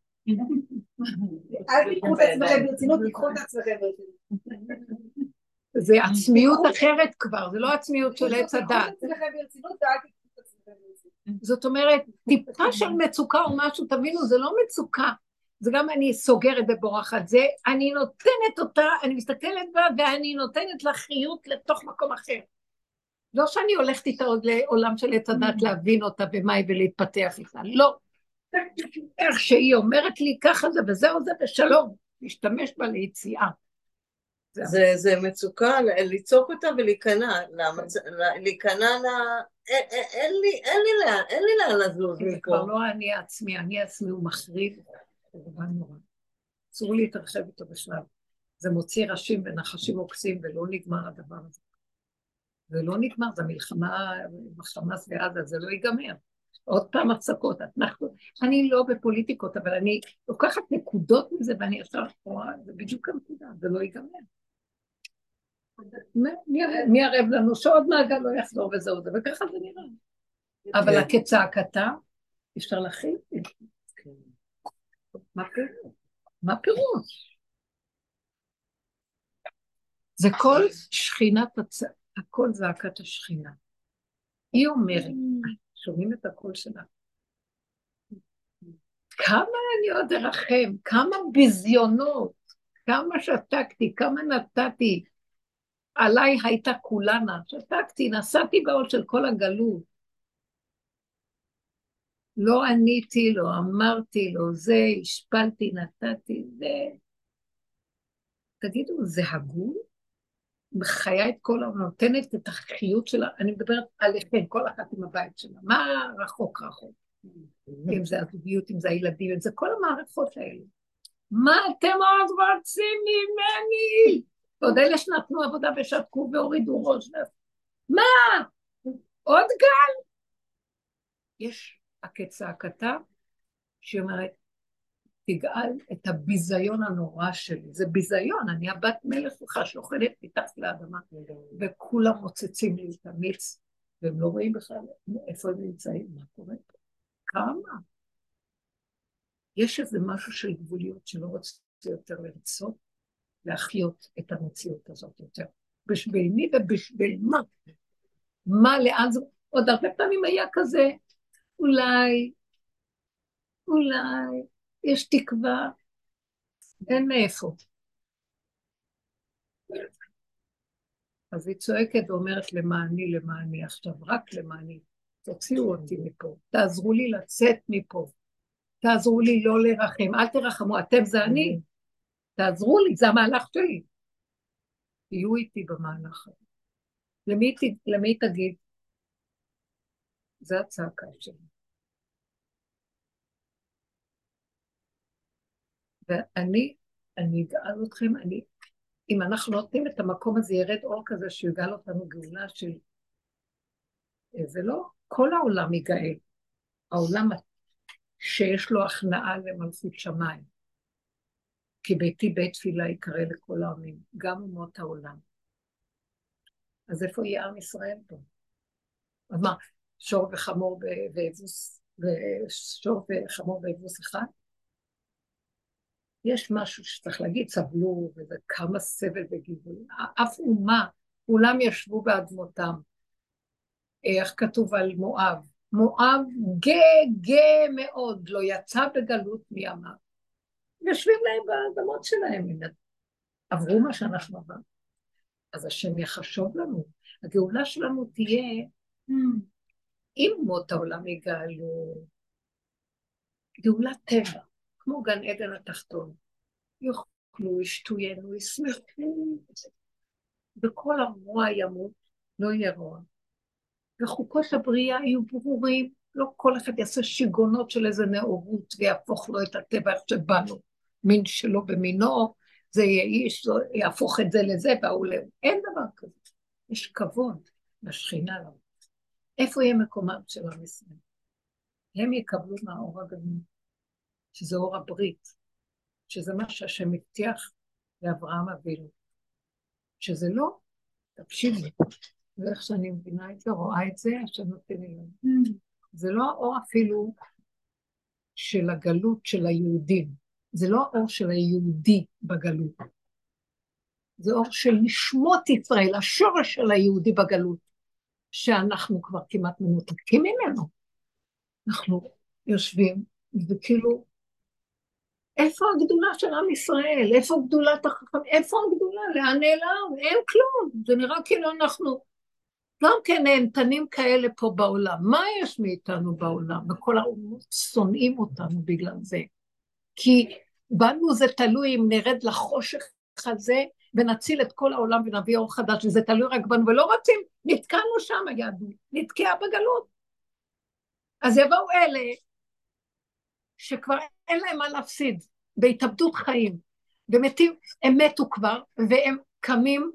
אל תיקחו את עצמכם ברצינות, תיקחו את עצמכם ברצינות. זה עצמיות אחרת כבר, זה לא עצמיות של עץ הדעת. תיקחו את עצמכם ברצינות ואל תיקחו את עצמכם ברצינות. זאת אומרת, טיפה של מצוקה או משהו, תבינו, זה לא מצוקה. זה גם אני סוגרת ובורחת, זה אני נותנת אותה, אני מסתכלת בה ואני נותנת לה חיות לתוך מקום אחר. לא שאני הולכת איתה עוד לעולם של עץ הדת להבין אותה ומה היא ולהתפתח איתה, לא. איך שהיא אומרת לי ככה זה וזהו זה ושלום, להשתמש בה ליציאה. זה, זה מצוקה, ליצוק אותה ולהיכנע, להיכנע לה, אין לי, אין לי לאן, אין לי לאן לזוז מפה. זה כבר לא אני עצמי, אני עצמי הוא מחריב. זה דבר נורא. אסור להתרחב איתו בשלב. זה מוציא ראשים ונחשים עוקסים ולא נגמר הדבר הזה. זה לא נגמר, זה מלחמה, חמאס ועזה, זה לא ייגמר. עוד פעם הפסקות, אנחנו, אני לא בפוליטיקות, אבל אני לוקחת נקודות מזה ואני ישר רואה, זה בדיוק הנקודה, זה לא ייגמר. מי ערב לנו שעוד מעגל לא יחזור וזהו זה, וככה זה נראה. אבל כצעקתה, אפשר להכין. מה פירוש? מה פירוש? זה כל שכינת הצ... הכל זעקת השכינה. היא אומרת, שומעים את הקול שלה. כמה אני עוד ארחם, כמה ביזיונות, כמה שתקתי, כמה נתתי, עליי הייתה כולנה, שתקתי, נסעתי בעול של כל הגלות, לא עניתי לו, אמרתי לו, זה, השפלתי, נתתי, זה... תגידו, זה הגון? מחיה את כל העולם, נותנת את החיות שלה, אני מדברת עליכם, כל אחת עם הבית שלה, מה רחוק רחוק? אם זה הזוגיות, אם זה הילדים, אם זה כל המערכות האלה. מה אתם עוד רוצים ממני? עוד אלה שנתנו עבודה ושתקו והורידו ראש. מה? עוד גל? יש הקצעקתה שאומרת, תגאל את הביזיון הנורא שלי. זה ביזיון, אני הבת מלך שלך שאוכלת מתחת לאדמה, וכולם מוצצים לי את המיץ, והם לא רואים בכלל איפה הם נמצאים, מה קורה פה? כמה? יש איזה משהו של גבוליות שלא רוצה יותר לרצות, להחיות את המציאות הזאת יותר. בשביל מי ובשביל מה? מה, לאן זה? עוד הרבה פעמים היה כזה, אולי, אולי, יש תקווה, אין מאיפה. אז היא צועקת ואומרת למעני, למעני, עכשיו רק למעני, תוציאו אותי מפה, תעזרו לי לצאת מפה, תעזרו לי לא לרחם, אל תרחמו, אתם זה אני, תעזרו לי, זה המהלך שלי. תהיו איתי במהלך הזה. למי, למי תגיד? זה הצעקה שלי. ואני, אני אגאל אתכם, אני, אם אנחנו נותנים את המקום הזה, ירד אור כזה שיגאל אותנו גאולה של, זה לא, כל העולם יגאל, העולם שיש לו הכנעה למלכות שמיים, כי ביתי בית תפילה יקרא לכל העמים, גם אומות העולם. אז איפה יהיה עם ישראל פה? אז מה, שור וחמור ואבוס, ושור וחמור ואבוס אחד? יש משהו שצריך להגיד, סבלו, וזה כמה סבל וגיבוי. אף אומה, כולם ישבו באדמותם. איך כתוב על מואב? מואב גא גא מאוד, לא יצא בגלות מימיו. יושבים להם באדמות שלהם, עברו מה שאנחנו עברנו. אז השם יחשוב לנו. הגאולה שלנו תהיה, אם מות העולם יגאלו, גאולת טבע. כמו גן עדן התחתון, יאכלו, ישתוינו, ישמחו, וכל הרוע ימות, לא יהיה רוע. וחוקות הבריאה יהיו ברורים, לא כל אחד יעשה שיגונות של איזה נאורות, ויהפוך לו את הטבע איך שבאנו, מין שלו במינו, זה יאיש, יהפוך את זה לזה, והוא לב. אין דבר כזה. יש כבוד לשכינה לנו. איפה יהיה מקומם של עם ישראל? הם יקבלו מהאור הגנוז. שזה אור הברית, שזה מה שהשם הבטיח לאברהם אבינו, שזה לא, תקשיב לי, ואיך שאני מבינה את זה, רואה את זה, השם נותן לי לנו. זה לא האור אפילו של הגלות של היהודים, זה לא האור של היהודי בגלות, זה אור של נשמות ישראל, השורש של היהודי בגלות, שאנחנו כבר כמעט מנותקים ממנו. אנחנו יושבים וכאילו, איפה הגדולה של עם ישראל? איפה גדולת החכם? איפה הגדולה? לאן נעלם? אין כלום. זה נראה כאילו אנחנו גם כן נהנתנים כאלה פה בעולם. מה יש מאיתנו בעולם? וכל האומות שונאים אותנו בגלל זה. כי בנו זה תלוי אם נרד לחושך הזה ונציל את כל העולם ונביא אור חדש, וזה תלוי רק בנו, ולא רוצים, נתקענו שם היהדות, נתקעה בגלות. אז יבואו אלה שכבר אין להם מה להפסיד, בהתאבדות חיים, ומתים, הם מתו כבר, והם קמים,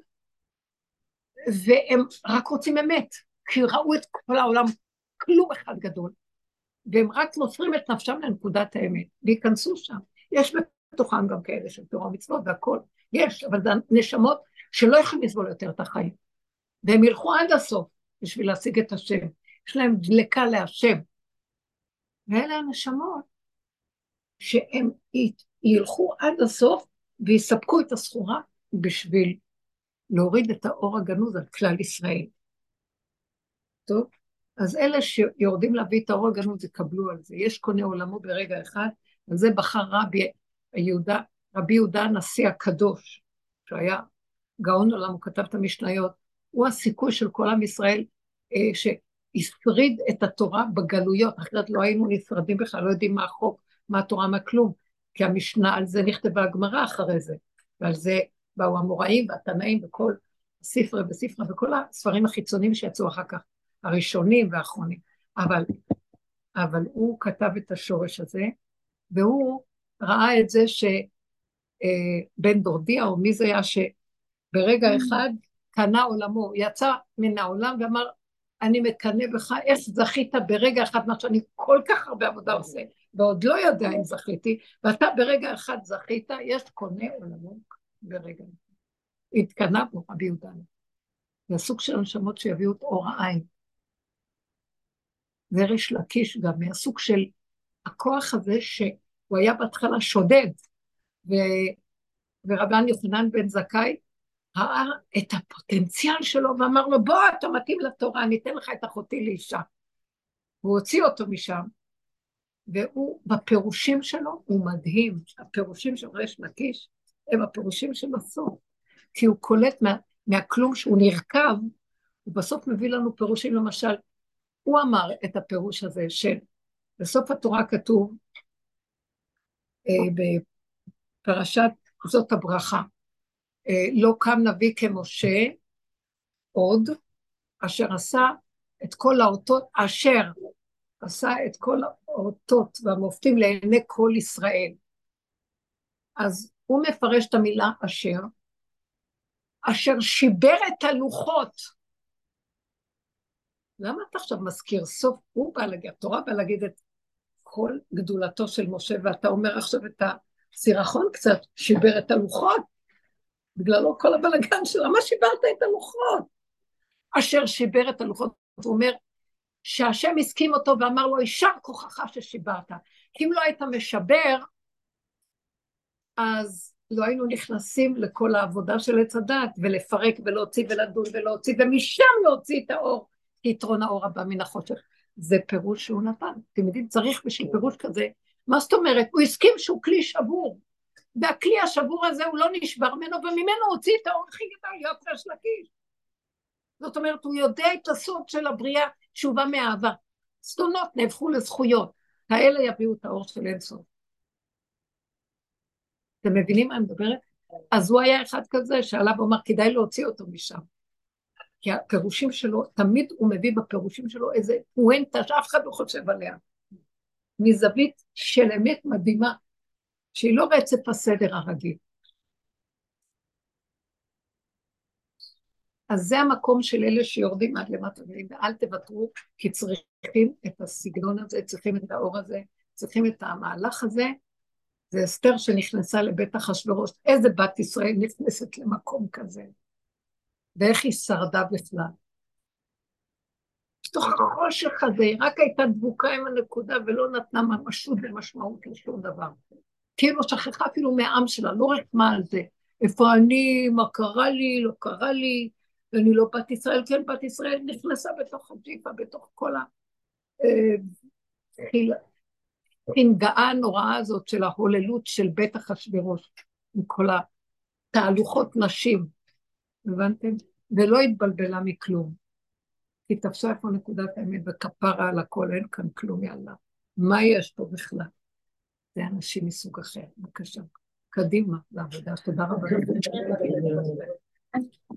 והם רק רוצים אמת, כי ראו את כל העולם כלום אחד גדול, והם רק מוסרים את נפשם לנקודת האמת, וייכנסו שם. יש בתוכם גם כאלה של תורה ומצוות והכל, יש, אבל זה נשמות שלא יכולים לסבול יותר את החיים, והם ילכו עד הסוף, בשביל להשיג את השם, יש להם דלקה להשם, ואלה הנשמות, שהם ילכו עד הסוף ויספקו את הסחורה בשביל להוריד את האור הגנוז על כלל ישראל. טוב? אז אלה שיורדים להביא את האור הגנוז יקבלו על זה. יש קונה עולמו ברגע אחד, על זה בחר רבי יהודה, רבי יהודה הנשיא הקדוש, שהיה גאון עולם, הוא כתב את המשניות, הוא הסיכוי של כל עם ישראל, אה, שהשריד את התורה בגלויות, אחרת לא היינו נשרדים בכלל, לא יודעים מה החוק, מה התורה, מה כלום, כי המשנה על זה נכתבה הגמרא אחרי זה, ועל זה באו המוראים והתנאים וכל ספרי וספרה וכל הספרים החיצוניים שיצאו אחר כך, הראשונים והאחרונים, אבל, אבל הוא כתב את השורש הזה, והוא ראה את זה שבן דורדיה, או מי זה היה, שברגע אחד קנה עולמו, יצא מן העולם ואמר, אני מקנה בך, איך זכית ברגע אחד, מה שאני כל כך הרבה עבודה עושה, ועוד לא יודע אם זכיתי, ואתה ברגע אחד זכית, יש קונה עולמו ברגע. התקנה בו, רבי יהודה. זה הסוג של הנשמות שיביאו את אור העין. זה ריש לקיש גם, מהסוג של הכוח הזה שהוא היה בהתחלה שודד, ו... ורבן יוחנן בן זכאי ראה את הפוטנציאל שלו ואמר לו, בוא, אתה מתאים לתורה, אני אתן לך את אחותי לאישה. הוא הוציא אותו משם, והוא בפירושים שלו, הוא מדהים, הפירושים של ריש לקיש, הם הפירושים של הסוף, כי הוא קולט מה, מהכלום שהוא נרכב, הוא בסוף מביא לנו פירושים, למשל, הוא אמר את הפירוש הזה, שבסוף התורה כתוב, אה, בפרשת זאת הברכה, אה, לא קם נביא כמשה, עוד, אשר עשה את כל האותות, אשר עשה את כל האותות והמופתים לעיני כל ישראל. אז הוא מפרש את המילה אשר, אשר שיבר את הלוחות. למה אתה עכשיו מזכיר סוף? הוא בא להגיד, התורה בא להגיד את כל גדולתו של משה, ואתה אומר עכשיו את הסירחון קצת, שיבר את הלוחות, בגללו כל הבלגן שלו, למה שיברת את הלוחות? אשר שיבר את הלוחות, הוא אומר, שהשם הסכים אותו ואמר לו, יישר כוחך ששיברת, כי אם לא היית משבר, אז לא היינו נכנסים לכל העבודה של עץ הדת, ולפרק ולהוציא ולדון ולהוציא, ומשם להוציא את האור, כי יתרון האור הבא מן החושך. זה פירוש שהוא נתן. אתם יודעים, צריך בשביל פירוש כזה, מה זאת אומרת? הוא הסכים שהוא כלי שבור, והכלי השבור הזה הוא לא נשבר ממנו, וממנו הוציא את האור הכי גדול, להיות ריש לקיש. זאת אומרת, הוא יודע את הסוד של הבריאה, שהוא בא מאהבה. סתונות נהפכו לזכויות, האלה יביאו את האור של אין סוף. אתם מבינים מה אני מדברת? אז הוא היה אחד כזה שעליו אומר, כדאי להוציא אותו משם. כי הפירושים שלו, תמיד הוא מביא בפירושים שלו איזה פואנטה שאף אחד לא חושב עליה. מזווית של אמת מדהימה, שהיא לא רצף הסדר הרגיל. אז זה המקום של אלה שיורדים עד למטה, ואל תוותרו, כי צריכים את הסגנון הזה, צריכים את האור הזה, צריכים את המהלך הזה. זה אסתר שנכנסה לבית אחשוורוש, איזה בת ישראל נכנסת למקום כזה, ואיך היא שרדה בכלל. בתוך החושך הזה, היא רק הייתה דבוקה עם הנקודה, ולא נתנה ממשות ומשמעות לשום דבר. כאילו שכחה אפילו מהעם שלה, לא רקמה על זה. איפה אני, מה קרה לי, לא קרה לי, ואני לא בת ישראל, כן בת ישראל, נכנסה בתוך הג'יפה, בתוך כל החנגאה הנוראה הזאת של ההוללות של בית אחשוורוש, עם כל התהלוכות נשים, הבנתם? ולא התבלבלה מכלום. כי תפסה איפה נקודת האמת וכפרה על הכל, אין כאן כלום, יאללה. מה יש פה בכלל? זה אנשים מסוג אחר, בבקשה. קדימה לעבודה, תודה רבה.